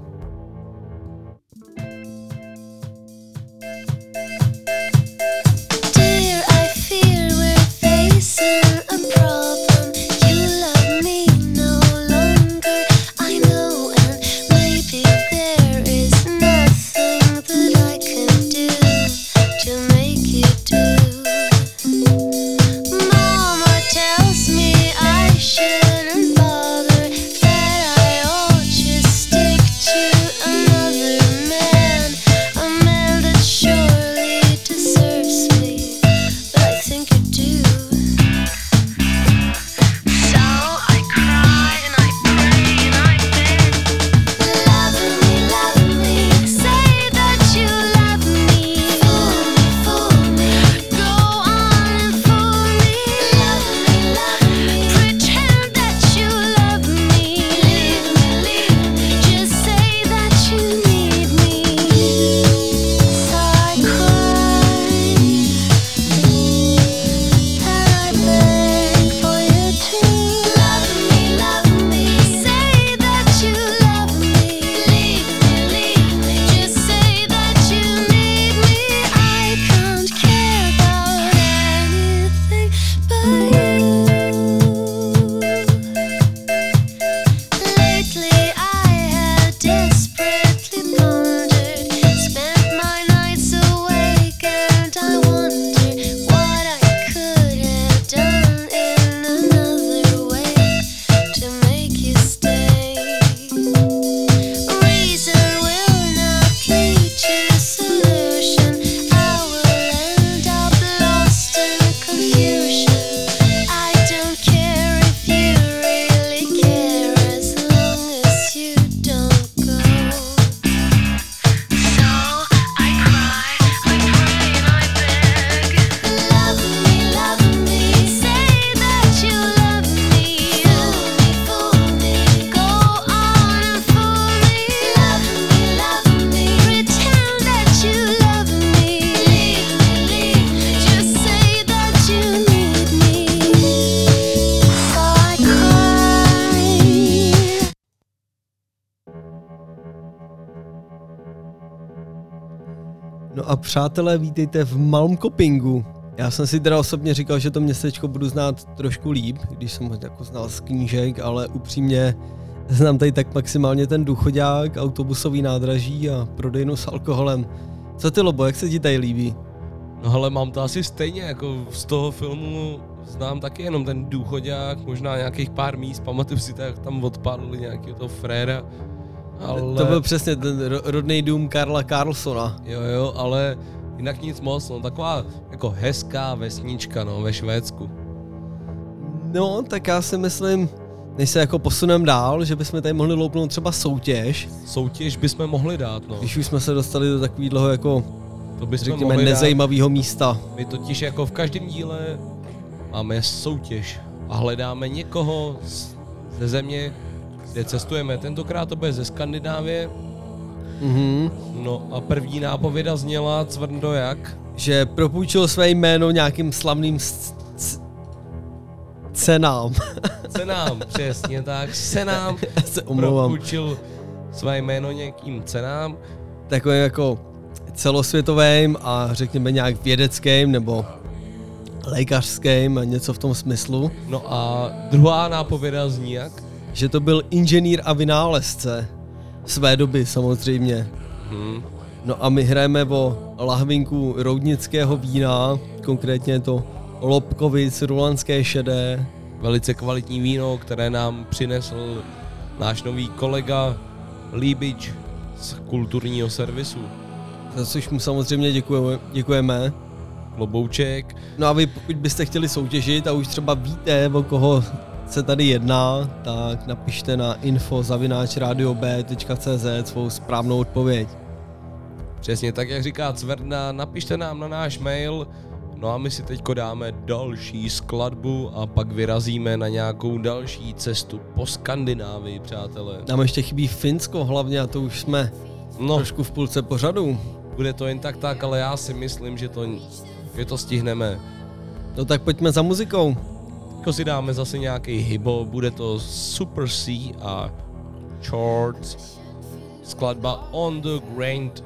No a přátelé, vítejte v Malmköpingu. Já jsem si teda osobně říkal, že to městečko budu znát trošku líp, když jsem ho jako znal z knížek, ale upřímně znám tady tak maximálně ten důchodák, autobusový nádraží a prodejnu s alkoholem. Co ty, Lobo, jak se ti tady líbí? No ale mám to asi stejně, jako z toho filmu znám taky jenom ten důchodák, možná nějakých pár míst, pamatuju si tak, tam odpadli nějakého toho fréra. Ale... To byl přesně ten rodný dům Karla Karlsona. Jo, jo, ale jinak nic moc, no, taková jako hezká vesnička, no, ve Švédsku. No, tak já si myslím, než se jako posuneme dál, že bychom tady mohli loupnout třeba soutěž. Soutěž bychom mohli dát, no. Když už jsme se dostali do takového jako, to bychom řekněme, nezajímavého místa. My totiž jako v každém díle máme soutěž a hledáme někoho ze země, kde cestujeme. Tentokrát to bude ze Skandinávie. Mhm. No a první nápověda zněla, Cvrndo, jak? Že propůjčil své jméno nějakým slavným c- c- cenám. Cenám, přesně tak. Cenám se omlouvám. Propůjčil své jméno nějakým cenám. Takovým jako celosvětovým a řekněme nějak vědeckým nebo lékařským a něco v tom smyslu. No a druhá nápověda zní jak? Že to byl inženýr a vynálezce své doby samozřejmě. Hmm. No a my hrajeme o lahvinku roudnického vína, konkrétně je to Lobkovic rulanské šedé. Velice kvalitní víno, které nám přinesl náš nový kolega Líbič z kulturního servisu. Za což mu samozřejmě děkujeme. děkujeme. Klobouček. No a vy, pokud byste chtěli soutěžit a už třeba víte, o koho se tady jedná, tak napište na info zavináč radio b tečka cé zet svou správnou odpověď. Přesně tak, jak říká Cverna, napište nám na náš mail, no a my si teďko dáme další skladbu a pak vyrazíme na nějakou další cestu po Skandinávii, přátelé. Nám ještě chybí Finsko hlavně a to už jsme no, trošku v půlce pořadu. Bude to jen tak tak, ale já si myslím, že to, že to stihneme. No tak pojďme za muzikou. Teďko si dáme zase nějaký hybo, bude to Super C a Shorts, skladba On the Grind.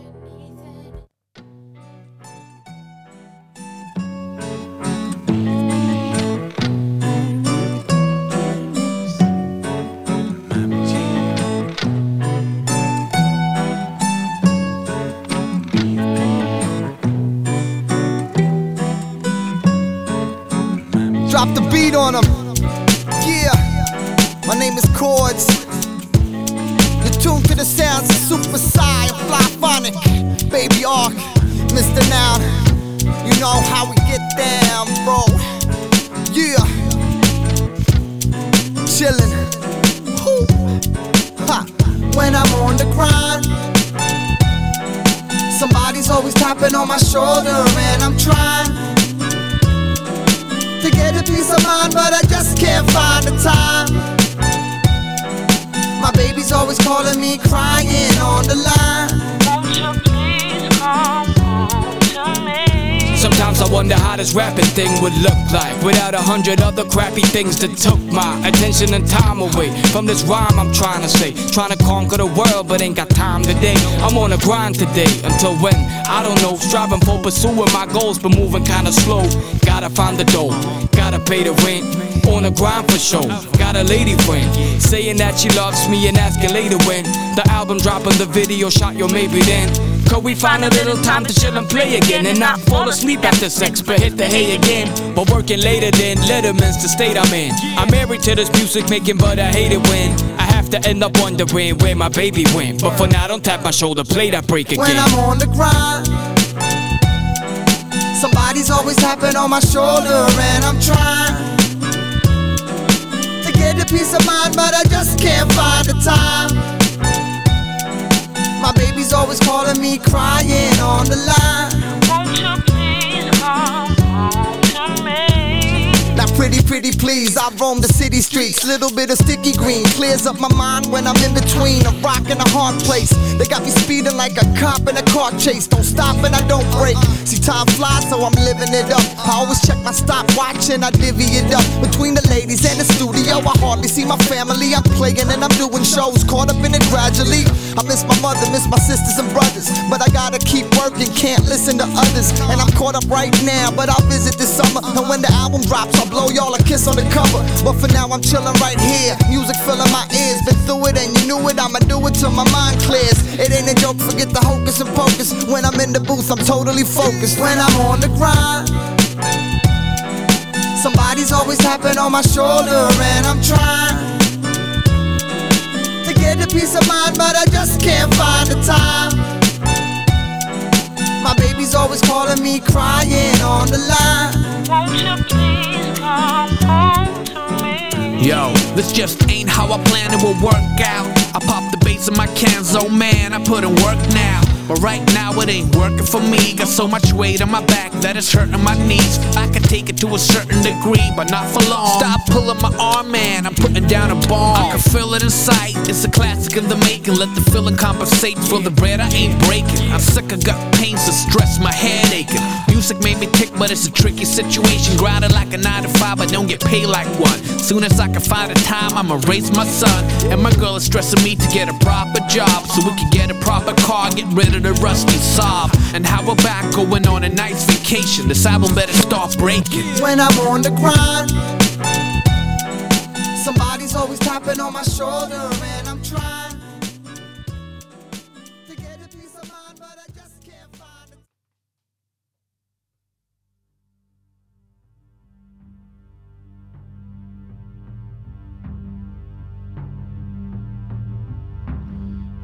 Drop the beat on them. Yeah, my name is Chords. You're tuned to the sounds of Super Psy, Flyphonic, Baby Ark, Mister Noun. You know how we get down, bro. Yeah, chillin'. Woo. Ha. When I'm on the grind, somebody's always tapping on my shoulder, and I'm trying to get a peace of mind, but I just can't find the time. My baby's always calling me, crying on the line. Won't you please come home to me? Sometimes I wonder how this rapping thing would look like without a hundred other crappy things that took my attention and time away from this rhyme I'm trying to say. Trying to conquer the world but ain't got time today. I'm on a grind today until when, I don't know. Striving for pursuing my goals but moving kinda slow. Gotta find the dough, gotta pay the rent. On a grind for show, got a lady friend saying that she loves me and asking later when the album dropping, the video shot, yo maybe then could we find a little time to chill and play again and not fall asleep after sex but hit the hay again. But working later than Letterman's the state I'm in. I'm married to this music making but I hate it when I have to end up wondering where my baby went. But for now don't tap my shoulder, play that break again. When I'm on the grind, somebody's always tapping on my shoulder, and I'm trying to get a peace of mind, but I just can't find the time. My baby's always calling me, crying on the line. Won't you please come home to me? Now pretty, pretty please, I roam the city streets. Little bit of sticky green clears up my mind when I'm in between a rock and a hard place. They got me speeding like a cop in a car chase. Don't stop and I don't break. See time flies so I'm living it up. I always check my stopwatch and I divvy it up. Between the ladies and the studio I hardly see my family. I'm playing and I'm doing shows, caught up in it gradually. I miss my mother, miss my sisters and brothers, but I gotta keep working, can't listen to others. And I'm caught up right now, but I'll visit this summer. And when the album drops I'll blow y'all a kiss on the cover. But for now I'm chilling right here, music filling my ears. Been through it and you knew it, I'ma do it till my mind clears. It ain't a joke, forget the hocus and pocus. When I'm in the booth I'm totally focused. When I'm on the grind, somebody's always tapping on my shoulder, and I'm trying to get a peace of mind, but I just can't find the time. My baby's always calling me, crying on the line. Won't you please come home to me? Yo, this just ain't how I planned it will work out. I pop the bass in my cans, oh man, I put in work now. But right now it ain't working for me. Got so much weight on my back that it's hurting my knees. I can take it to a certain degree, but not for long. Stop pulling my arm, man, I'm putting down a bomb. I can feel it in sight, it's a classic in the making. Let the feeling compensate for the bread I ain't breaking. I'm sick of gut pains and stress, my head aching. Music made me tick, but it's a tricky situation. Grinding like a nine to five, but don't get paid like one. Soon as I can find the time, I'ma raise my son. And my girl is stressing me to get a proper job, so we can get a proper car, get rid of the rusty sob. And how about going on a nice vacation? This album better start breaking. When I'm on the grind, somebody's always tapping on my shoulder, and I'm trying to get a piece of mind.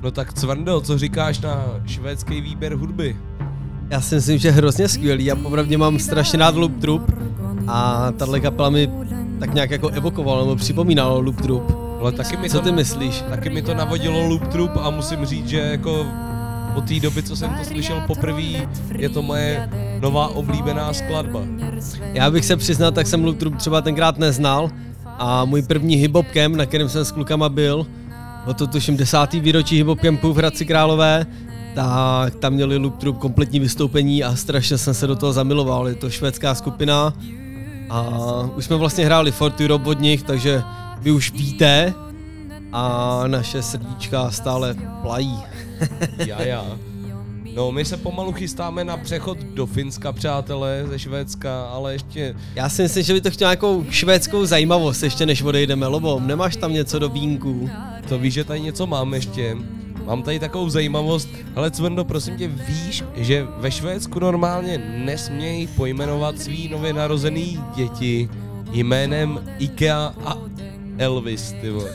No tak Cvrndo, co říkáš na švédský výběr hudby? Já si myslím, že hrozně skvělý. Já popravdě mám strašně rád Loop Troop a tahle kapela mi tak nějak jako evokovala nebo připomínalo Loop Troop. Ale taky mi Co to, ty myslíš? Taky mi to navodilo Loop Troop a musím říct, že jako od té doby, co jsem to slyšel poprvé, je to moje nová oblíbená skladba. Já bych se přiznal, tak jsem Loop Troop třeba tenkrát neznal a můj první hip-hop camp, na kterém jsem s klukama byl, o to tuším desátý výročí hip-hop campu v Hradci Králové, tak tam měli Loop Troop kompletní vystoupení a strašně jsem se do toho zamiloval. Je to švédská skupina a už jsme vlastně hráli Fort Europe od nich, takže vy už víte a naše srdíčka stále plají. Já, já. No, my se pomalu chystáme na přechod do Finska, přátelé, ze Švédska, ale ještě... Já si myslím, že by to chtěl nějakou švédskou zajímavost, ještě než odejdeme, Lobo. Nemáš tam něco do vínku? To víš, že tady něco mám ještě. Mám tady takovou zajímavost. Hele, Cvrndo, prosím tě, víš, že ve Švédsku normálně nesmějí pojmenovat svý nově narozený děti jménem Ikea a Elvis, ty vole.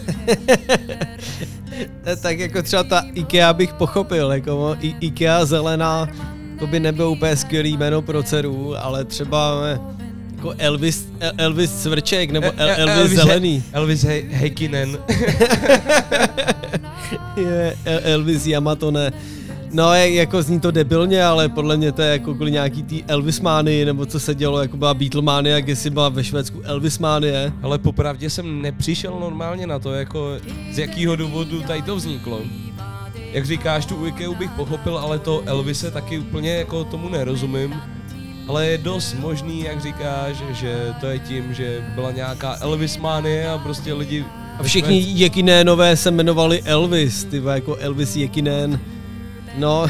Tak jako třeba ta Ikea bych pochopil, jako I- Ikea zelená, to by nebylo úplně skvělý jméno pro dceru, ale třeba jako Elvis, Elvis Cvrček nebo El- Elvis, Elvis zelený. He- Elvis He- Heikkinen. Je Elvis Yamatone. No, jako zní to debilně, ale podle mě to je jako kvůli nějaký tý Elvismány, nebo co se dělo, jako byla Beatlemania, jak jestli byla ve Švédsku Elvismánie. Ale popravdě jsem nepřišel normálně na to, jako z jakého důvodu tady to vzniklo. Jak říkáš, tu Ikeu bych pochopil, ale to Elvise taky úplně jako tomu nerozumím. Ale je dost možný, jak říkáš, že to je tím, že byla nějaká Elvismánie a prostě lidi... A všichni Jekinénové se jmenovali Elvis, tyva, jako Elvis Jekinen. No.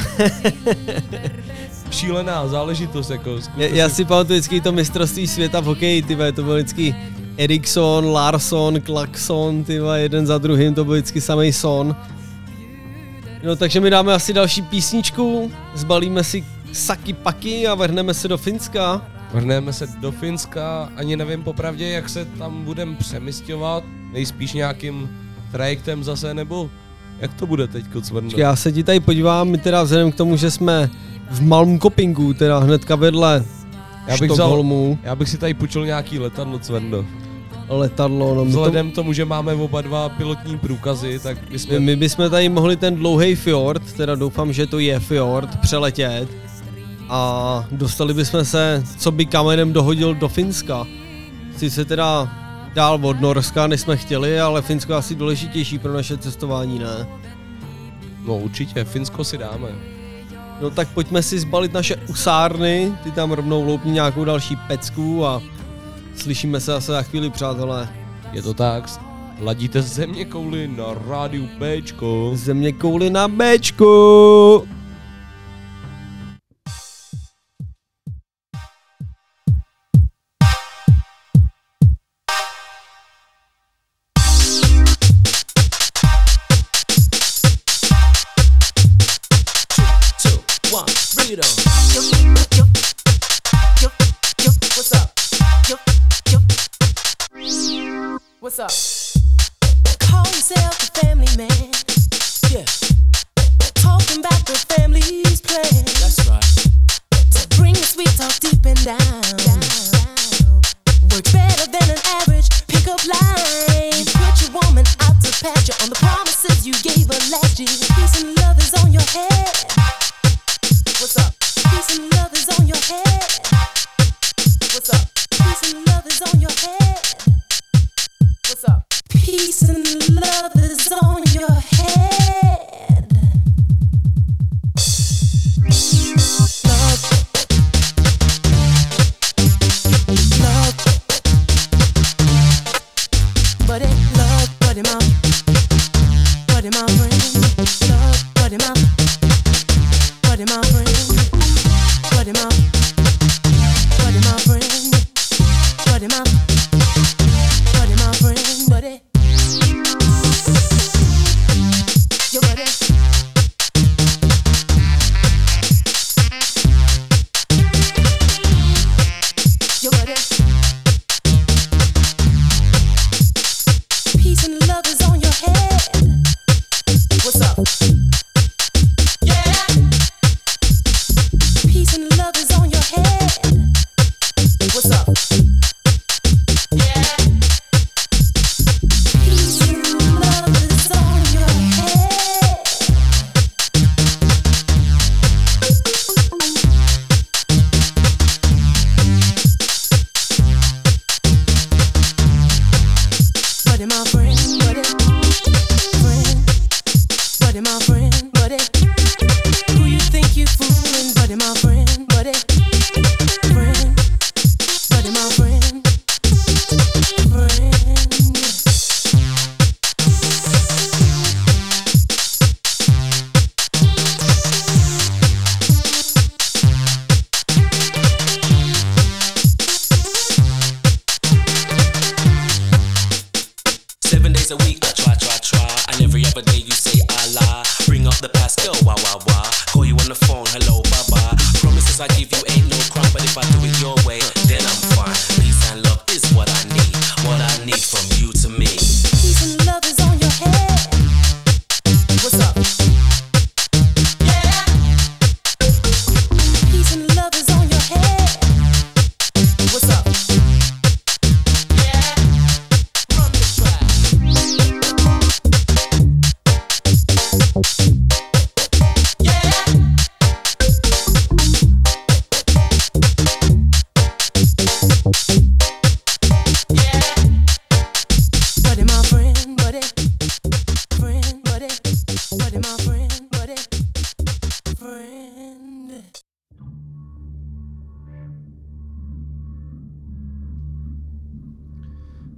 Šílená záležitost, jako. Já, já si pamatuju vždycky to mistrovství světa v hokeji, tyva, to byl vždycky Eriksson, Larsson, Klaxon, tyva, jeden za druhým, to byl vždycky samej son. No, takže my dáme asi další písničku, zbalíme si saky paky a vrhneme se do Finska. Vrhneme se do Finska, ani nevím popravdě, jak se tam budeme přemysťovat, nejspíš nějakým trajektem zase, nebo jak to bude teďko, Cvrndo? Já se ti tady podívám, my teda vzhledem k tomu, že jsme v Malmkopingu, teda hnedka vedle já bych Štokholmu. Vzal, já bych si tady půjčil nějaký letadlo, Cvrndo. Letadlo, no. Vzhledem to... tomu, že máme oba dva pilotní průkazy, tak bychom... My, my bychom tady mohli ten dlouhý fjord, teda doufám, že to je fjord, přeletět. A dostali bychom se, co by kamenem dohodil do Finska. Sice teda dál od Norska, než jsme chtěli, ale Finsko je asi důležitější pro naše cestování, ne? No určitě, Finsko si dáme. No tak pojďme si zbalit naše usárny, ty tam rovnou loupni nějakou další pecku a slyšíme se zase za chvíli, přátelé. Je to tak, ladíte Země kouli na rádiu Béčko. Země kouli na Béčku. What's up? Call yourself a family man. Yeah. Talking about the family's plan. That's right. To bring the sweet talk deep and down. down. Works better than an average pickup line. You put your woman out to pasture on the promises you gave her last year. Peace and love is on your head. What's up? Peace and love is on your head. What's up? Peace and love is on your head. What's up? Peace and love is on your head. Love. Love. Buddy, love, buddy, my buddy, my friend. Love, buddy, my buddy, my friend. Buddy, my buddy, my friend. Buddy, my buddy, my friend, buddy. Your buddy. Your buddy. Peace and love is on your head. What's up?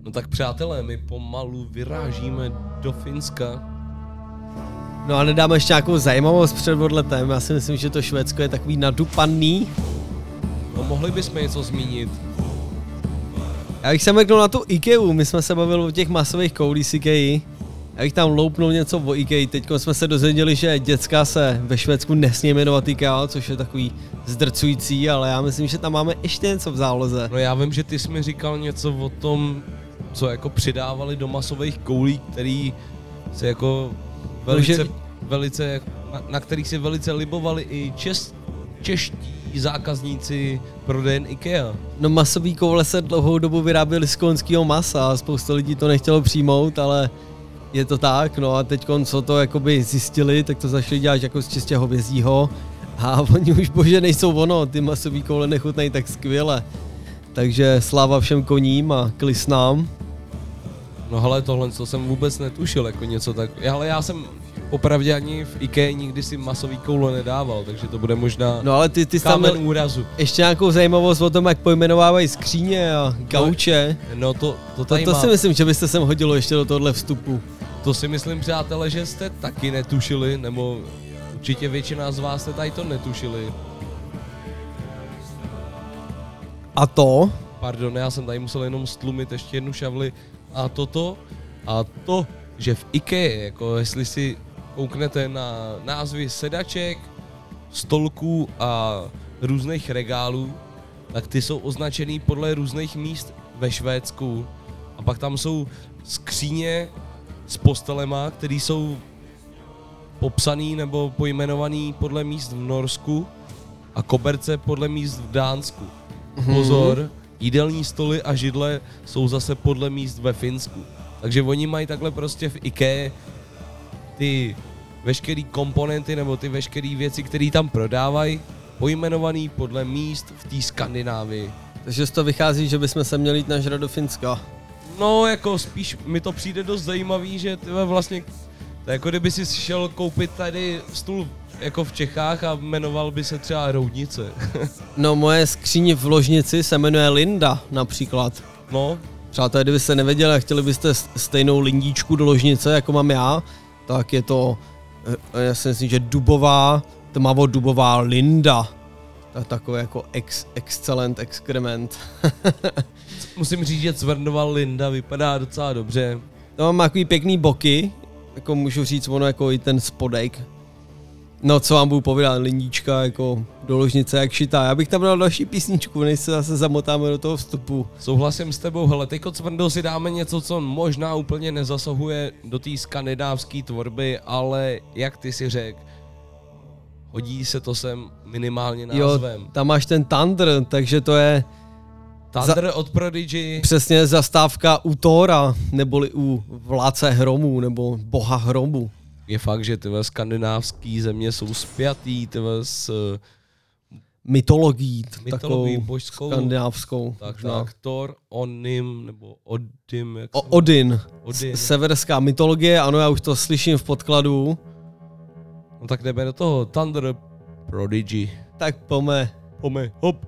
No tak přátelé, my pomalu vyrážíme do Finska. No a nedáme ještě nějakou zajímavost před odletem, já si myslím, že to Švédsko je takový nadupaný. No mohli bychom něco zmínit. Já bych se mrknul na tu IKEA, my jsme se bavili o těch masových koulí z IKEA. Já bych tam loupnul něco o IKEA, teď jsme se dozvěděli, že děcka se ve Švédsku nesmí jmenovat IKEA, což je takový zdrcující, ale já myslím, že tam máme ještě něco v záloze. No já vím, že ty jsi mi říkal něco o tom, co jako přidávali do masových koulí, který se jako velice, no, že... velice na, na kterých si velice libovali i čes, čeští zákazníci prodejen IKEA. No masový koule se dlouhou dobu vyráběly z koňského masa a spousta lidí to nechtělo přijmout, ale je to tak, no a teď co to jakoby zjistili, tak to začali dělat jako z čistě hovězího a oni už bože nejsou ono, ty masový koule nechutnají tak skvěle. Takže sláva všem koním a klisnám. No hele, tohle co jsem vůbec netušil, jako něco tak, ale já jsem opravdu ani v IKEA nikdy si masový koule nedával, takže to bude možná no, ale ty, ty kámen úrazu. Ještě nějakou zajímavost o tom, jak pojmenovávají skříně a gauče. No, no to, to tady To, to má. si myslím, že byste sem hodilo ještě do tohohle vstupu. To si myslím, přátelé, že jste taky netušili, nebo určitě většina z vás jste tady to netušili. A to? Pardon, já jsem tady musel jenom stlumit ještě jednu šavli. A toto, a to, že v IKEA, jako jestli si kouknete na názvy sedaček, stolků a různých regálů, tak ty jsou označený podle různých míst ve Švédsku. A pak tam jsou skříně s postelema, které jsou popsaný nebo pojmenovaný podle míst v Norsku a koberce podle míst v Dánsku. Mhm. Pozor, jídelní stoly a židle jsou zase podle míst ve Finsku. Takže oni mají takhle prostě v IKEA ty veškerý komponenty nebo ty veškeré věci, které tam prodávají, pojmenovaný podle míst v té Skandinávii. Takže z toho vychází, že bychom se měli jít nažrat do Finska. No, jako spíš mi to přijde dost zajímavý, že tyhle vlastně, to jako kdyby si šel koupit tady stůl jako v Čechách a jmenoval by se třeba Roudnice. No, moje skříně v ložnici se jmenuje Linda například. No. Přátelé, kdybyste nevěděli a chtěli byste stejnou lindíčku do ložnice, jako mám já, tak je to, já si myslím, že dubová, tmavo-dubová Linda. To je takový jako ex, excellent excrement. Musím říct, že Cvrnová Linda vypadá docela dobře. To má takový pěkný boky, jako můžu říct, ono jako i ten spodek. No co vám budu povídat, lindíčka jako do ložnice jak šitá. Já bych tam dal další písničku, než se zase zamotáme do toho vstupu. Souhlasím s tebou, hele, teďko Cvrndo si dáme něco, co možná úplně nezasahuje do té skandinávské tvorby, ale jak ty si řek, hodí se to sem minimálně názvem. Jo, tam máš ten Thunder, takže to je... Thunder za, od Prodigy. Přesně zastávka u Thora, neboli u vládce hromů, nebo boha hromu. Je fakt, že tyhle skandinávský země jsou spjatý tyhle s mytologií, mytologií božskou, skandinávskou. Tak, tak, Thor, Onim, nebo Odim. Jak o, Odin. Odin. Severská mytologie, ano, já už to slyším v podkladu. No tak jdeme do toho, Thunder Prodigy. Tak pome. Pome, hop.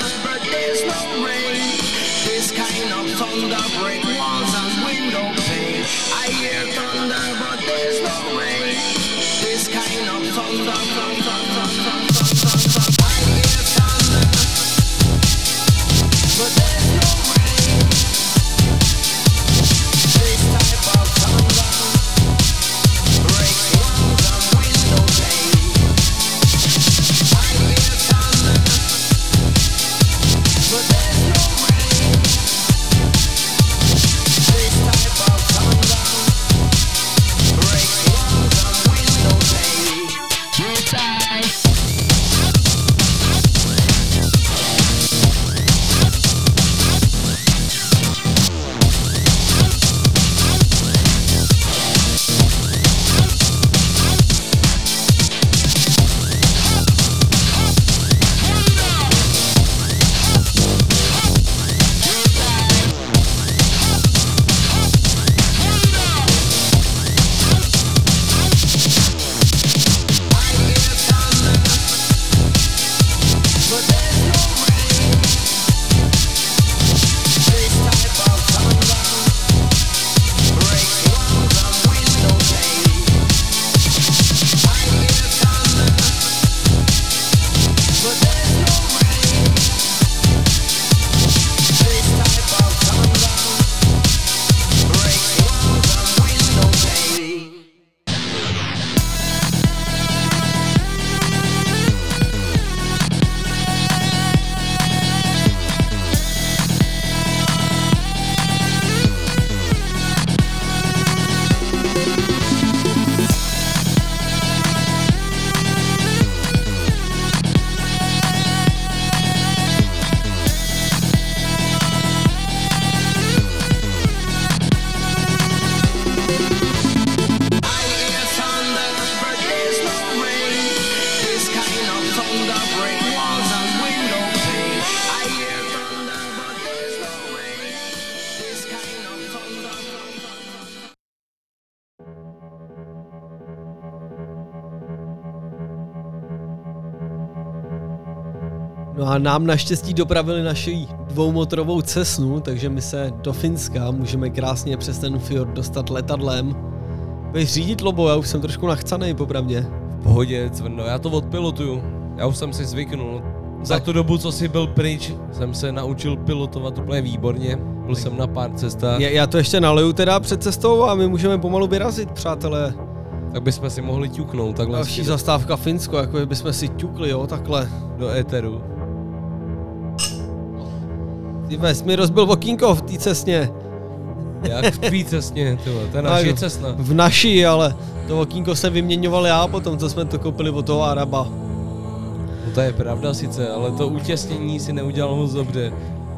This kind of thunder break walls and window pane. hear thunder, but there's no rain. This kind of thunder, thunder, thunder, thunder, thunder. I hear thunder, but there's no rain. This type of thunder breaks walls and window panes. I hear thunder, but there's no rain. This type of thunder breaks walls and window panes. No a nám naštěstí dopravili naši dvoumotorovou Cessnu, takže my se do Finska můžeme krásně přes ten fjord dostat letadlem. Budeš řídit, Lobo, já už jsem trošku nachcanej, popravdě. V pohodě, Cvrno, já to odpilotuju. Já už jsem si zvyknul. Za Tak. tu dobu, co jsi byl pryč, jsem se naučil pilotovat úplně výborně. Byl jsem na pár cestách. Já, já to ještě naleju teda před cestou a my můžeme pomalu vyrazit, přátelé. Tak bychom si mohli ťuknout takhle. Další zastávka Finsko, jako bychom si ťukli, jo, takhle. Do éteru. Ty ves, mi rozbil okýnko v té cestně. Jak v tvý cestně, tyhle, to je naše cestna. V naší, ale to okýnko jsem vyměňoval já potom, co jsme to koupili od toho Araba. No to je pravda sice, ale to utěsnění si neudělal moc dobře.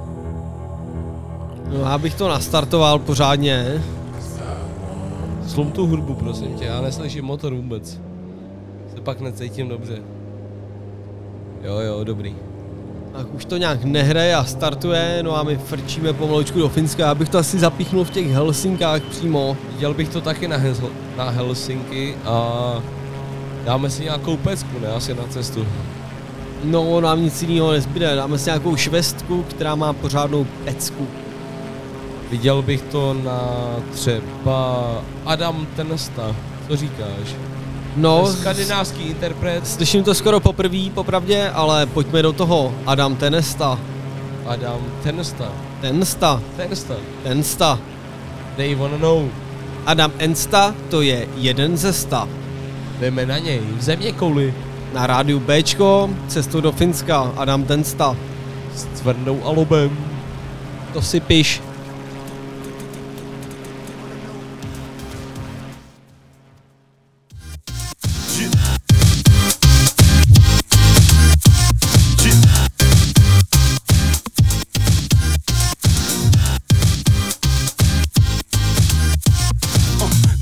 No já bych to nastartoval pořádně. Slum tu hudbu, prosím tě, já neslyším motor vůbec. Se pak necítím dobře. Jo, jo, dobrý. Tak už to nějak nehraje a startuje, no a my frčíme pomalučku do Finska. Já bych to asi zapíchnul v těch Helsinkách přímo. Viděl bych to taky na, Hel- na Helsinky a dáme si nějakou pecku, ne? Asi na cestu. No, nám nic jiného nezbyde, dáme si nějakou švestku, která má pořádnou pecku. Viděl bych to na třeba Adam Tenesta, co říkáš? No, skandinávský interpret. Slyším to skoro poprvé, popravdě, ale pojďme do toho. Adam Tenesta. Adam Tenesta. Tensta. Tensta. Tensta. They wanna know. Adam Ensta, to je jeden ze sta. Jdeme na něj, v země kouli. Na rádiu Bčko, cestu do Finska, Adam Tensta. S Cvrnou a Lobem. To si piš.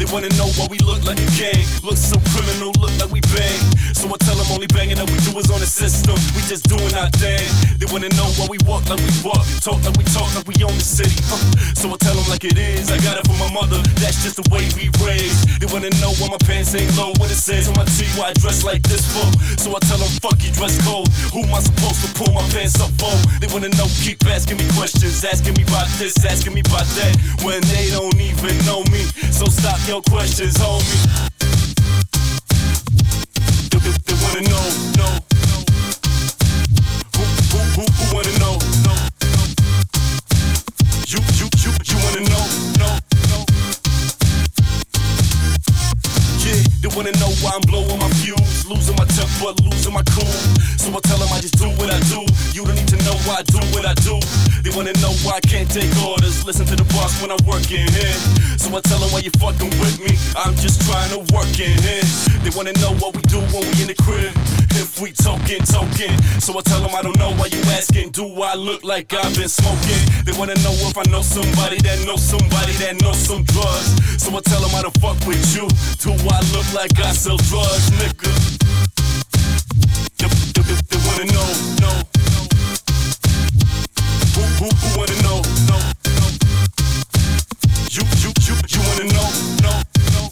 wanna know why we look like a gang. Look so criminal, look like we bang. So I tell them only banging that we do is on the system. We just doing our thing. They wanna know why we walk like we walk, talk like we talk, like we own the city. Uh, so I tell them like it is. I got it from my mother. That's just the way we raised. They wanna know why my pants ain't low. What it says on my tee, why I dress like this for. So I tell them fuck you, dress cold. Who am I supposed to pull my pants up for? They wanna know, keep asking me questions, asking me about this, asking me about that, when they don't even know me. So stop your questions, homie. They, they, they wanna know, no, no. Who, who, who, who wanna know, no, no. You, you, you, you wanna know, no, no. Yeah, they wanna know why I'm blowing my fuse, losing my temper, losing my cool. So I tell them I just do what I do. You don't need to know why I do what I do. They wanna know why I can't take orders. Listen to the boss when I'm working here. So I tell them why you fucking with me. I'm just trying to work in here. They wanna know what we do when we in the crib. If we token, token. So I tell them I don't know why you asking. Do I look like I've been smoking? They wanna know if I know somebody that knows somebody that knows some drugs. So I tell them I don't fuck with you. Do I look like I sell drugs, nigga? They, they, they, they wanna know, no, no. Who, who, who wanna know, no, no. You, you, you, you wanna know, no, no.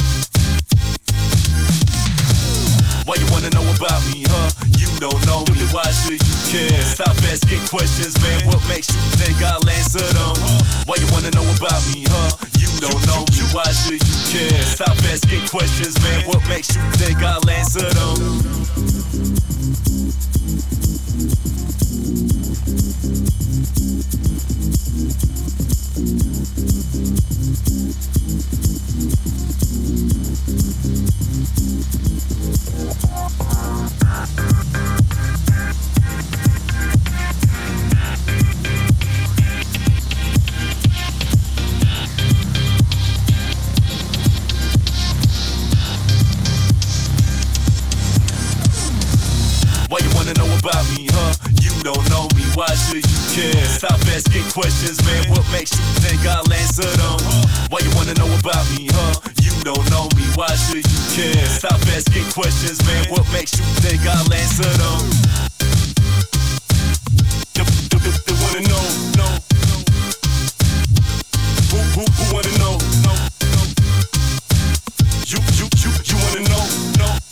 Why you wanna know about me, huh? You don't know me, why should you care? Stop asking questions, man, what makes you think I'll answer them? Why you wanna know about me, huh? You don't know me, why should you care? Stop asking questions, man, what makes you think I'll answer them? About me, huh? You don't know me, why should you care? Stop asking questions, man, what makes you think I'll answer them? Why you wanna know about me, huh? You don't know me, why should you care? Stop asking questions, man, what makes you think I'll answer them? They, they, they, they wanna know, no, no. Who, who, who wanna know, no, no. You, you, you, you wanna know, no, no.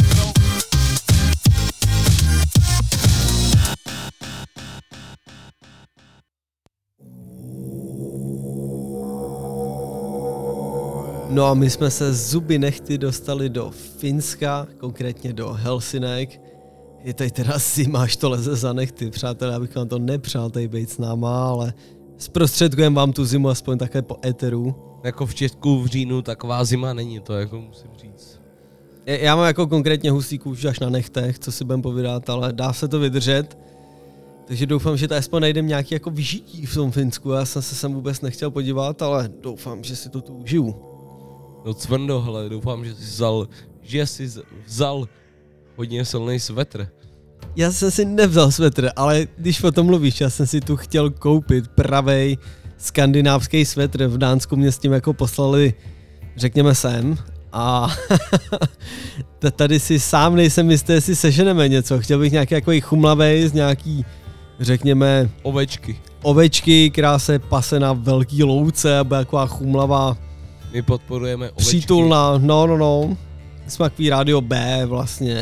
No a my jsme se zuby nechty dostali do Finska, konkrétně do Helsinek. Je tady teda zima, až to leze za nechty, přátelé, abych vám to nepřál tady být s náma, ale zprostředkujeme vám tu zimu aspoň také po éteru. Jako v Česku v říjnu taková zima není, to jako musím říct. Já mám jako konkrétně husí kůž až na nechtech, co si budem povídat, ale dá se to vydržet. Takže doufám, že tady aspoň najdem nějaký jako vyžití v tom Finsku. Já jsem se sem vůbec nechtěl podívat, ale doufám, že si to tu užiju. No cvrndo, hele, doufám, že jsi vzal, že jsi vzal hodně silný svetr. Já jsem si nevzal svetr, ale když o tom mluvíš, já jsem si tu chtěl koupit pravej skandinávský svetr. V Dánsku mě s tím jako poslali, řekněme sem. A tady si sám nejsem jistý, jestli seženeme něco. Chtěl bych nějaký jako chumlavej z nějaký, řekněme... Ovečky. Ovečky, která se pase na velký louce, aby taková chumlavá. My podporujeme ovečky. Přítulná, no, no, no. Jsme takový rádio B vlastně.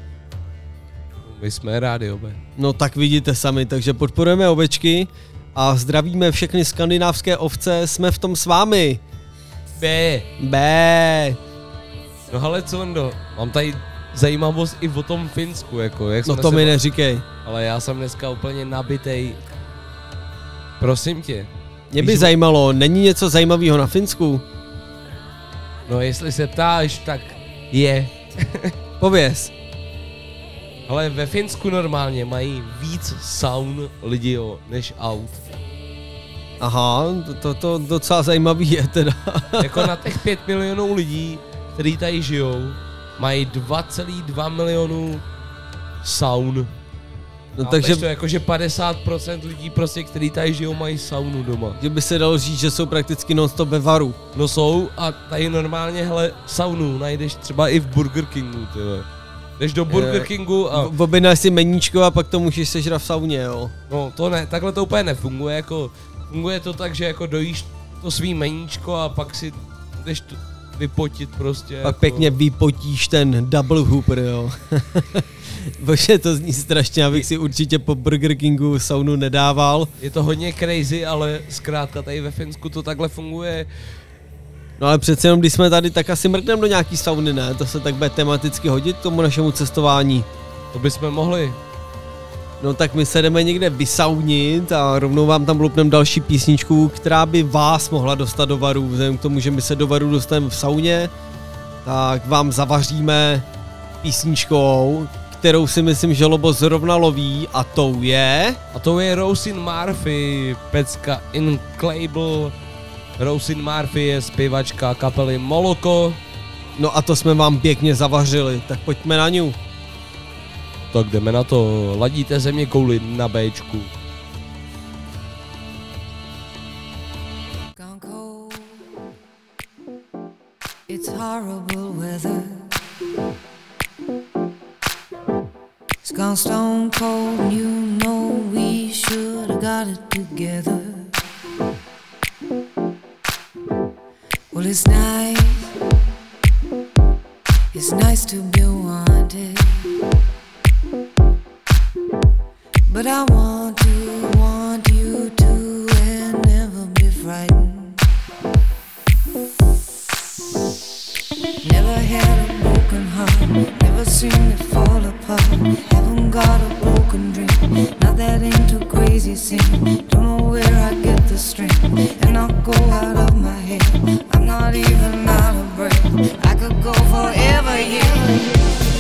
My jsme rádio B. No tak vidíte sami, takže podporujeme ovečky a zdravíme všechny skandinávské ovce, jsme v tom s vámi. B. B. No ale co, Vendo, mám tady zajímavost i o tom Finsku, jako. Jak no to mi neříkej. Ale já jsem dneska úplně nabitej. Prosím tě. Mě by zajímalo, není něco zajímavého na Finsku? No jestli se ptáš, tak je. Pověz. Ale ve Finsku normálně mají víc saun lidi jo, než aut. Aha, to, to, to docela zajímavý je teda. Jako na těch pět milionů lidí, kteří tady žijou, mají dva celá dva milionů saun. No, a takže to jako, že padesát procent lidí prostě, který tady žijou, mají saunu doma. Že by se dalo říct, že jsou prakticky non-stop ve varu. No jsou a tady normálně, hele, saunu najdeš třeba i v Burger Kingu, tyhle. Jdeš do Burger Kingu a... Objednáš si meníčko a pak to můžeš sežrat v sauně, jo. No to ne, takhle to úplně nefunguje, jako... Funguje to tak, že jako dojíš to svý meníčko a pak si jdeš to vypotit prostě. Pak jako... pěkně vypotíš ten double hooper, jo. Bože, to zní strašně, abych si určitě po Burger Kingu saunu nedával. Je to hodně crazy, ale zkrátka tady ve Finsku to takhle funguje. No ale přece jenom, když jsme tady, tak asi mrkneme do nějaký sauny, ne? To se tak bude tematicky hodit k tomu našemu cestování. To bychom mohli. No tak my se jdeme někde vysaunit a rovnou vám tam blupneme další písničku, která by vás mohla dostat do varu. Vzhledem k tomu, že my se do varu dostaneme v sauně, tak vám zavaříme písničkou, kterou si myslím, že Lobo zrovna loví, a tou je... A tou je Roisin Murphy, pecka Inclable. Roisin Murphy je zpěvačka kapely Moloko. No a to jsme vám pěkně zavařili, tak pojďme na ňu. Tak jdeme na to, ladíte země kouli na Bčku. It's horrible weather. It's gone stone cold, you know we should have got it together. Well, it's nice, it's nice to be wanted, but I want to want you to and never be frightened. Never had a broken heart, never seen it fall apart. Haven't got a broken dream, not that into crazy scene. Don't know where I get the strength, and I'll go out of my head. I'm not even out of breath, I could go forever here.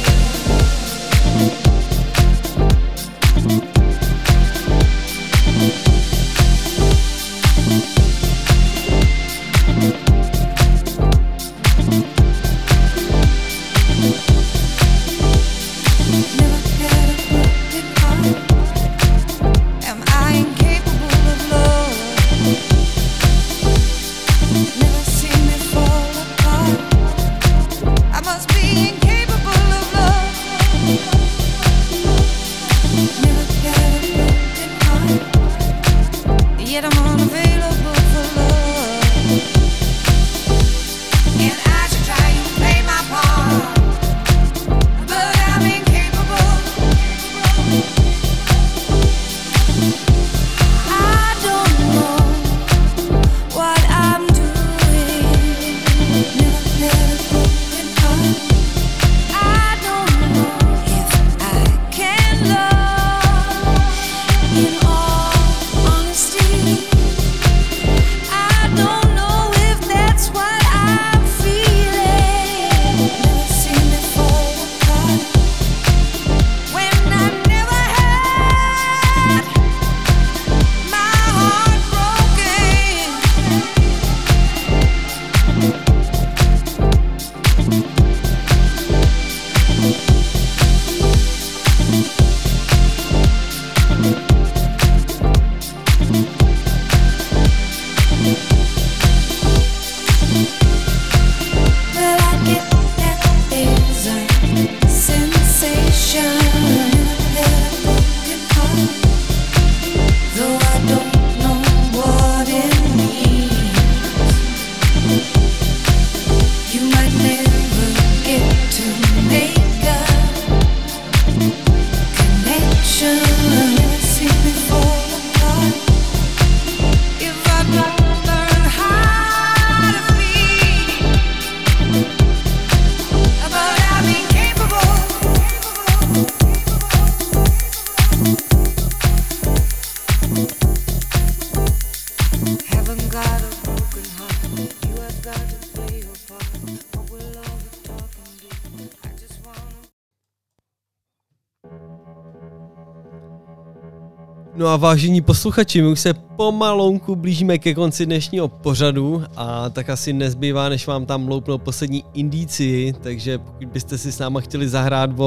No a vážení posluchači, my už se pomalonku blížíme ke konci dnešního pořadu a tak asi nezbývá, než vám tam loupnout poslední indícii, takže pokud byste si s náma chtěli zahrát o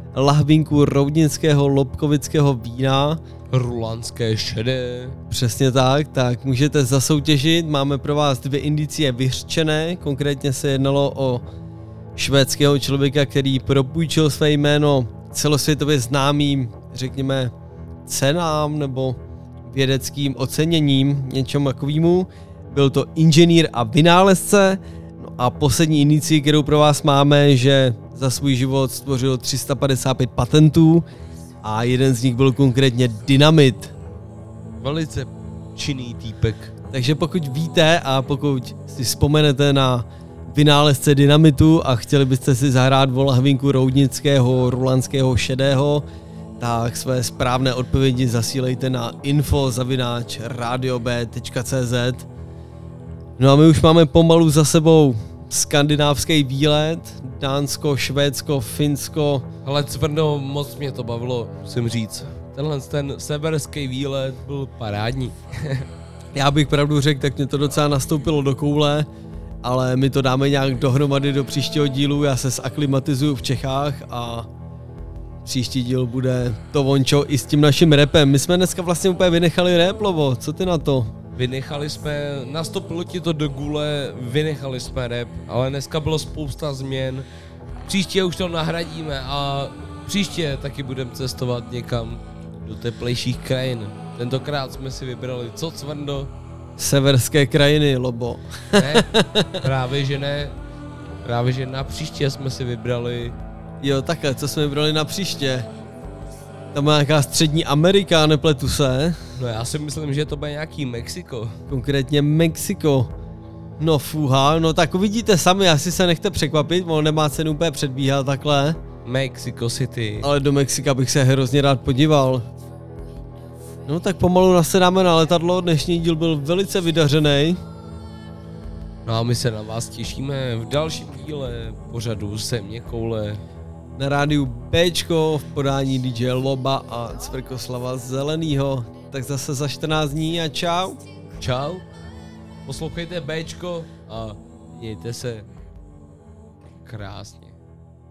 lahvinku roudnického lobkovického vína. Rulanské šedé. Přesně tak, tak můžete zasoutěžit. Máme pro vás dvě indicie vyřčené. Konkrétně se jednalo o švédského člověka, který propůjčil své jméno celosvětově známým, řekněme, cenám nebo vědeckým oceněním, něčemu takovému. Byl to inženýr a vynálezce. No a poslední indicie, kterou pro vás máme, že za svůj život stvořil tři sta padesát pět patentů a jeden z nich byl konkrétně dynamit. Velice činný týpek. Takže pokud víte a pokud si vzpomenete na vynálezce dynamitu a chtěli byste si zahrát o lahvinku roudnického rulanského šedého, tak své správné odpovědi zasílejte na info zavináč radio b tečka cé zet. No a my už máme pomalu za sebou skandinávský výlet, Dánsko, Švédsko, Finsko. Ale Cvrno, moc mě to bavilo, musím říct. Tenhle ten severský výlet byl parádní. Já bych pravdu řekl, tak mě to docela nastoupilo do koule, ale my to dáme nějak dohromady do příštího dílu, já se zaklimatizuju v Čechách a příští díl bude to vončo i s tím naším rapem. My jsme dneska vlastně úplně vynechali rap, Lobo, co ty na to? Vynechali jsme, nastoupilo ti to do gule, vynechali jsme rap, ale dneska bylo spousta změn. Příště už to nahradíme a příště taky budeme cestovat někam do teplejších krajin. Tentokrát jsme si vybrali co, Cvrndo? Severské krajiny, Lobo. Ne, právě že ne. Právě že na příště jsme si vybrali... Jo, takhle, co jsme vybrali na příště? Tam má nějaká střední Amerika, nepletu se. No já si myslím, že to bude nějaký Mexiko. Konkrétně Mexiko. No fuha, no tak uvidíte sami, asi se nechte překvapit, on nemá cenu úplně předbíhat takhle. Mexico City. Ale do Mexika bych se hrozně rád podíval. No tak pomalu nasedáme na letadlo, dnešní díl byl velice vydařený. No a my se na vás těšíme v dalším díle pořadu Země koule. Na rádiu Bčko v podání dý džej Loba a Cvrkoslava Zelenýho. Tak zase za čtrnáct dní a čau. Čau. Poslouchejte Bčko a mějte se krásně.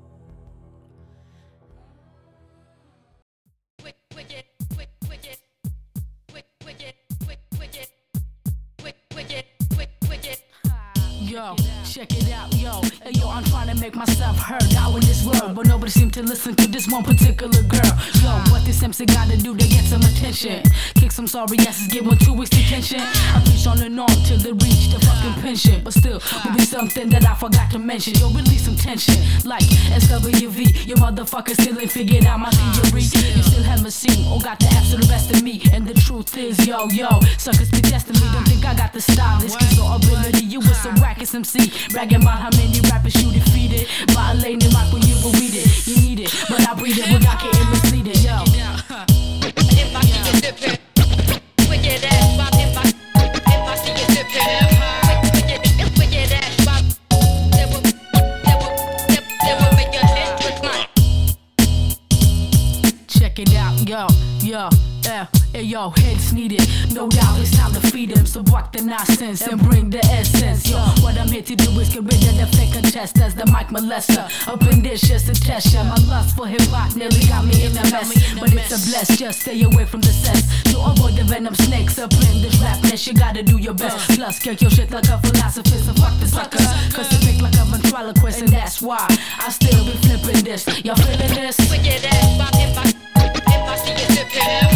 Yo, check it out, yo. Hey, yo, I'm trying to make myself heard out in this world, but nobody seems to listen to this one particular girl. Yo, what this M C gotta do to get some attention? Kick some sorry asses, give one two weeks detention. I preach on and on till they reach the fucking pension, but still, will be something that I forgot to mention. Yo, release some tension, like S W V. Your motherfuckers still ain't figured out my theory. You still haven't seen or got the absolute best of me, and the truth is, yo, yo, suckers be testing me. Don't think I got the style, this kid's no ability. You was a racket M C, bragging about how many rappers you defeated. Violating rock when you will read it. You need it, but I breathe it without getting misleading. Yo. If I see you dipping, wicked ass pop. If I, if I see you dipping, wicked ass pop. That will, that will, that will make your head twist, man. Check it out, yo, yo. Yeah, hey, yo, heads needed. No doubt it's time to feed them. So walk the nonsense and bring the essence. Yo, what I'm here to do is get rid of the fake contestants, the mic molester. Up in this just a test ya. My lust for hip hop nearly got me in a mess, but it's a bless. Just stay away from the cess. To avoid the venom snakes up in this rap mess, you gotta do your best. Plus, kick your shit like a philosophist and fuck the suckers. Cause you think like a ventriloquist, and that's why I still be flipping this. Y'all feeling this? Wicked ass pop if I, if I see you dipping.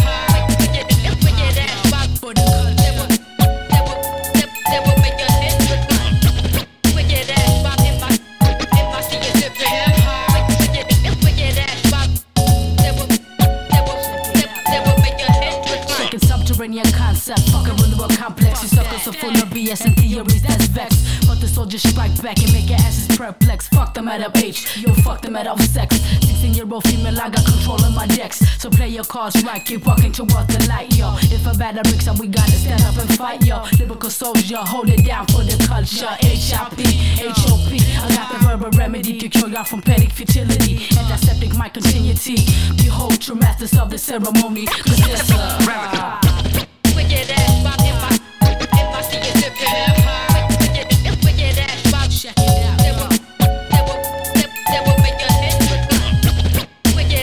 Concept, fuck a real complex. You suckers are full of B S and theories that's vexed. But the soldiers strike back and make your asses perplexed. Fuck them at a H, you fuck them at off sex. sixteen year old female, I got control of my decks. So play your cards right, keep walking towards the light, yo. If a batter breaks up, we gotta stand up and fight, yo. Lyrical soldier, hold it down for the culture. H I P, H O P, I got the verbal remedy to cure y'all from panic futility. Antiseptic my continuity. Behold, true masters of the ceremony. Cause this uh, wicked ass pop if I, if I see you dipping. Wicked ass pop, check it out. That will, that will, that will make your head twist. Wicked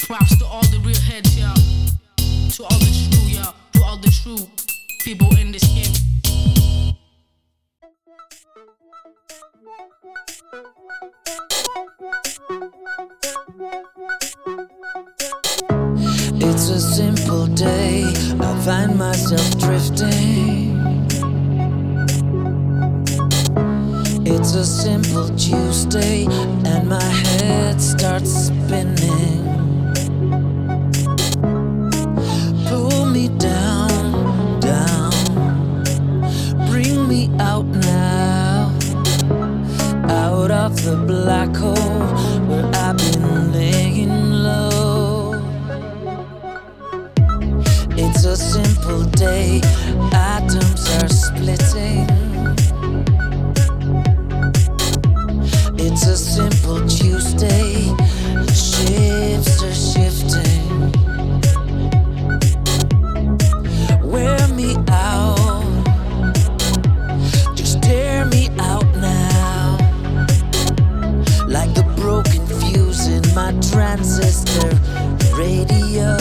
Props to all the real heads, y'all. To all the true, y'all. To all the true people in this game. It's a simple day, I find myself drifting. It's a simple Tuesday, and my head starts spinning. Pull me down, down, bring me out now, out of the black hole where I've been laying low. It's a simple day, atoms are splitting. It's a simple Tuesday, shifts are shifting. Wear me out, just tear me out now, like the broken fuse in my transistor radio.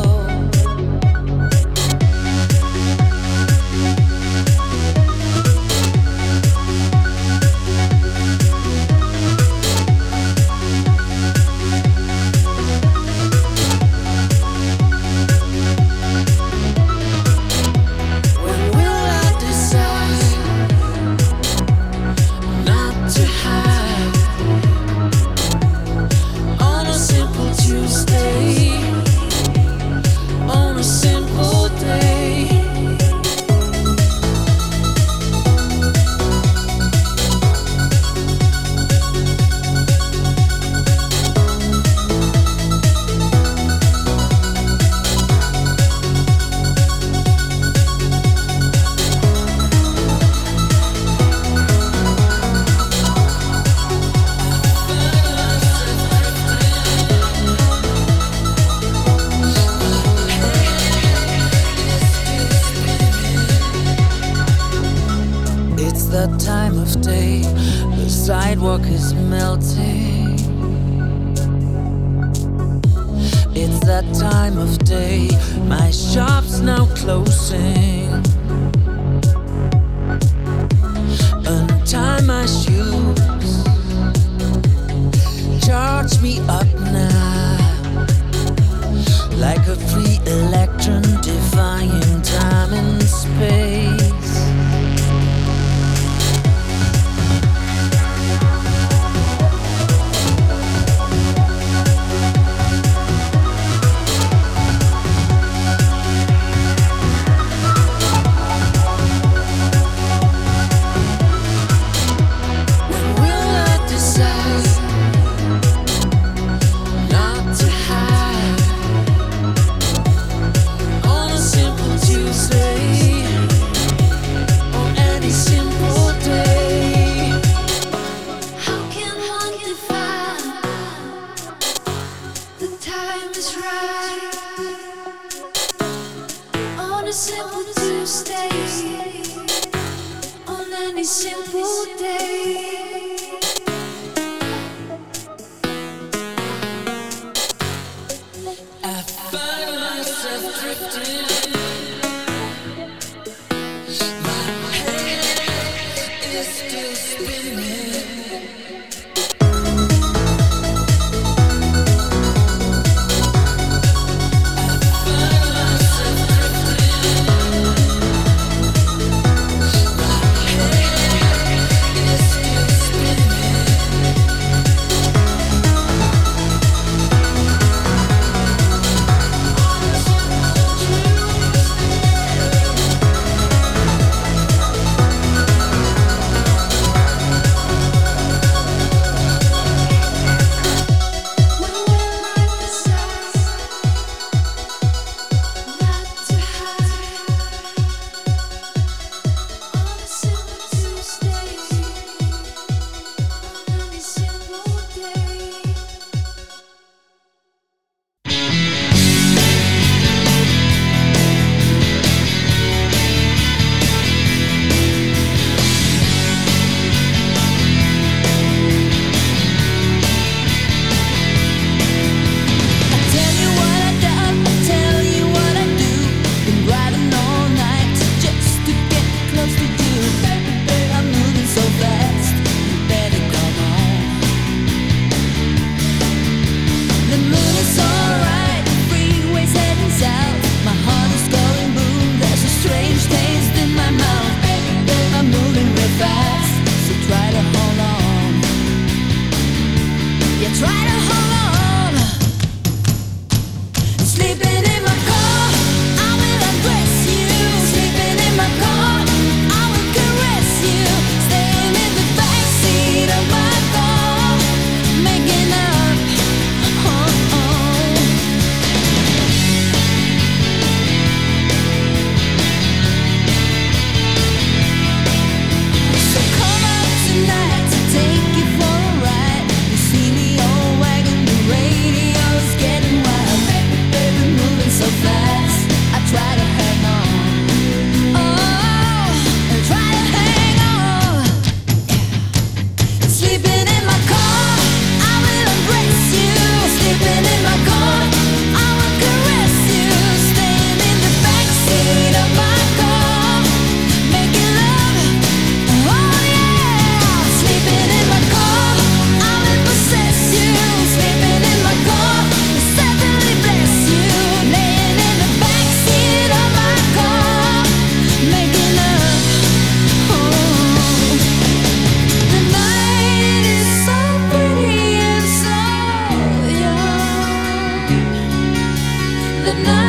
Sidewalk is melting. It's that time of day. My shop's now closing. Untie my shoes. Charge me up now, like a free electron defying time and space. Sleeping in my car, I will undress you. Sleeping in my car, I will caress you. Staying in the backseat of my car, making up. Oh, oh. So come up tonight to take you for a ride. You see the old wagon, the radio's getting wild. Baby, baby, moving so fast, I try to hang on. Oh, I try to hang on. Sleeping in my car, I will embrace you. Sleeping in my car, I will caress you. Staying in the backseat of my car, making love. Oh yeah. Sleeping in my car, I will possess you. Sleeping in my car, certainly bless you. Laying in the backseat of my car, making love. Oh, the night is so pretty and so young. The night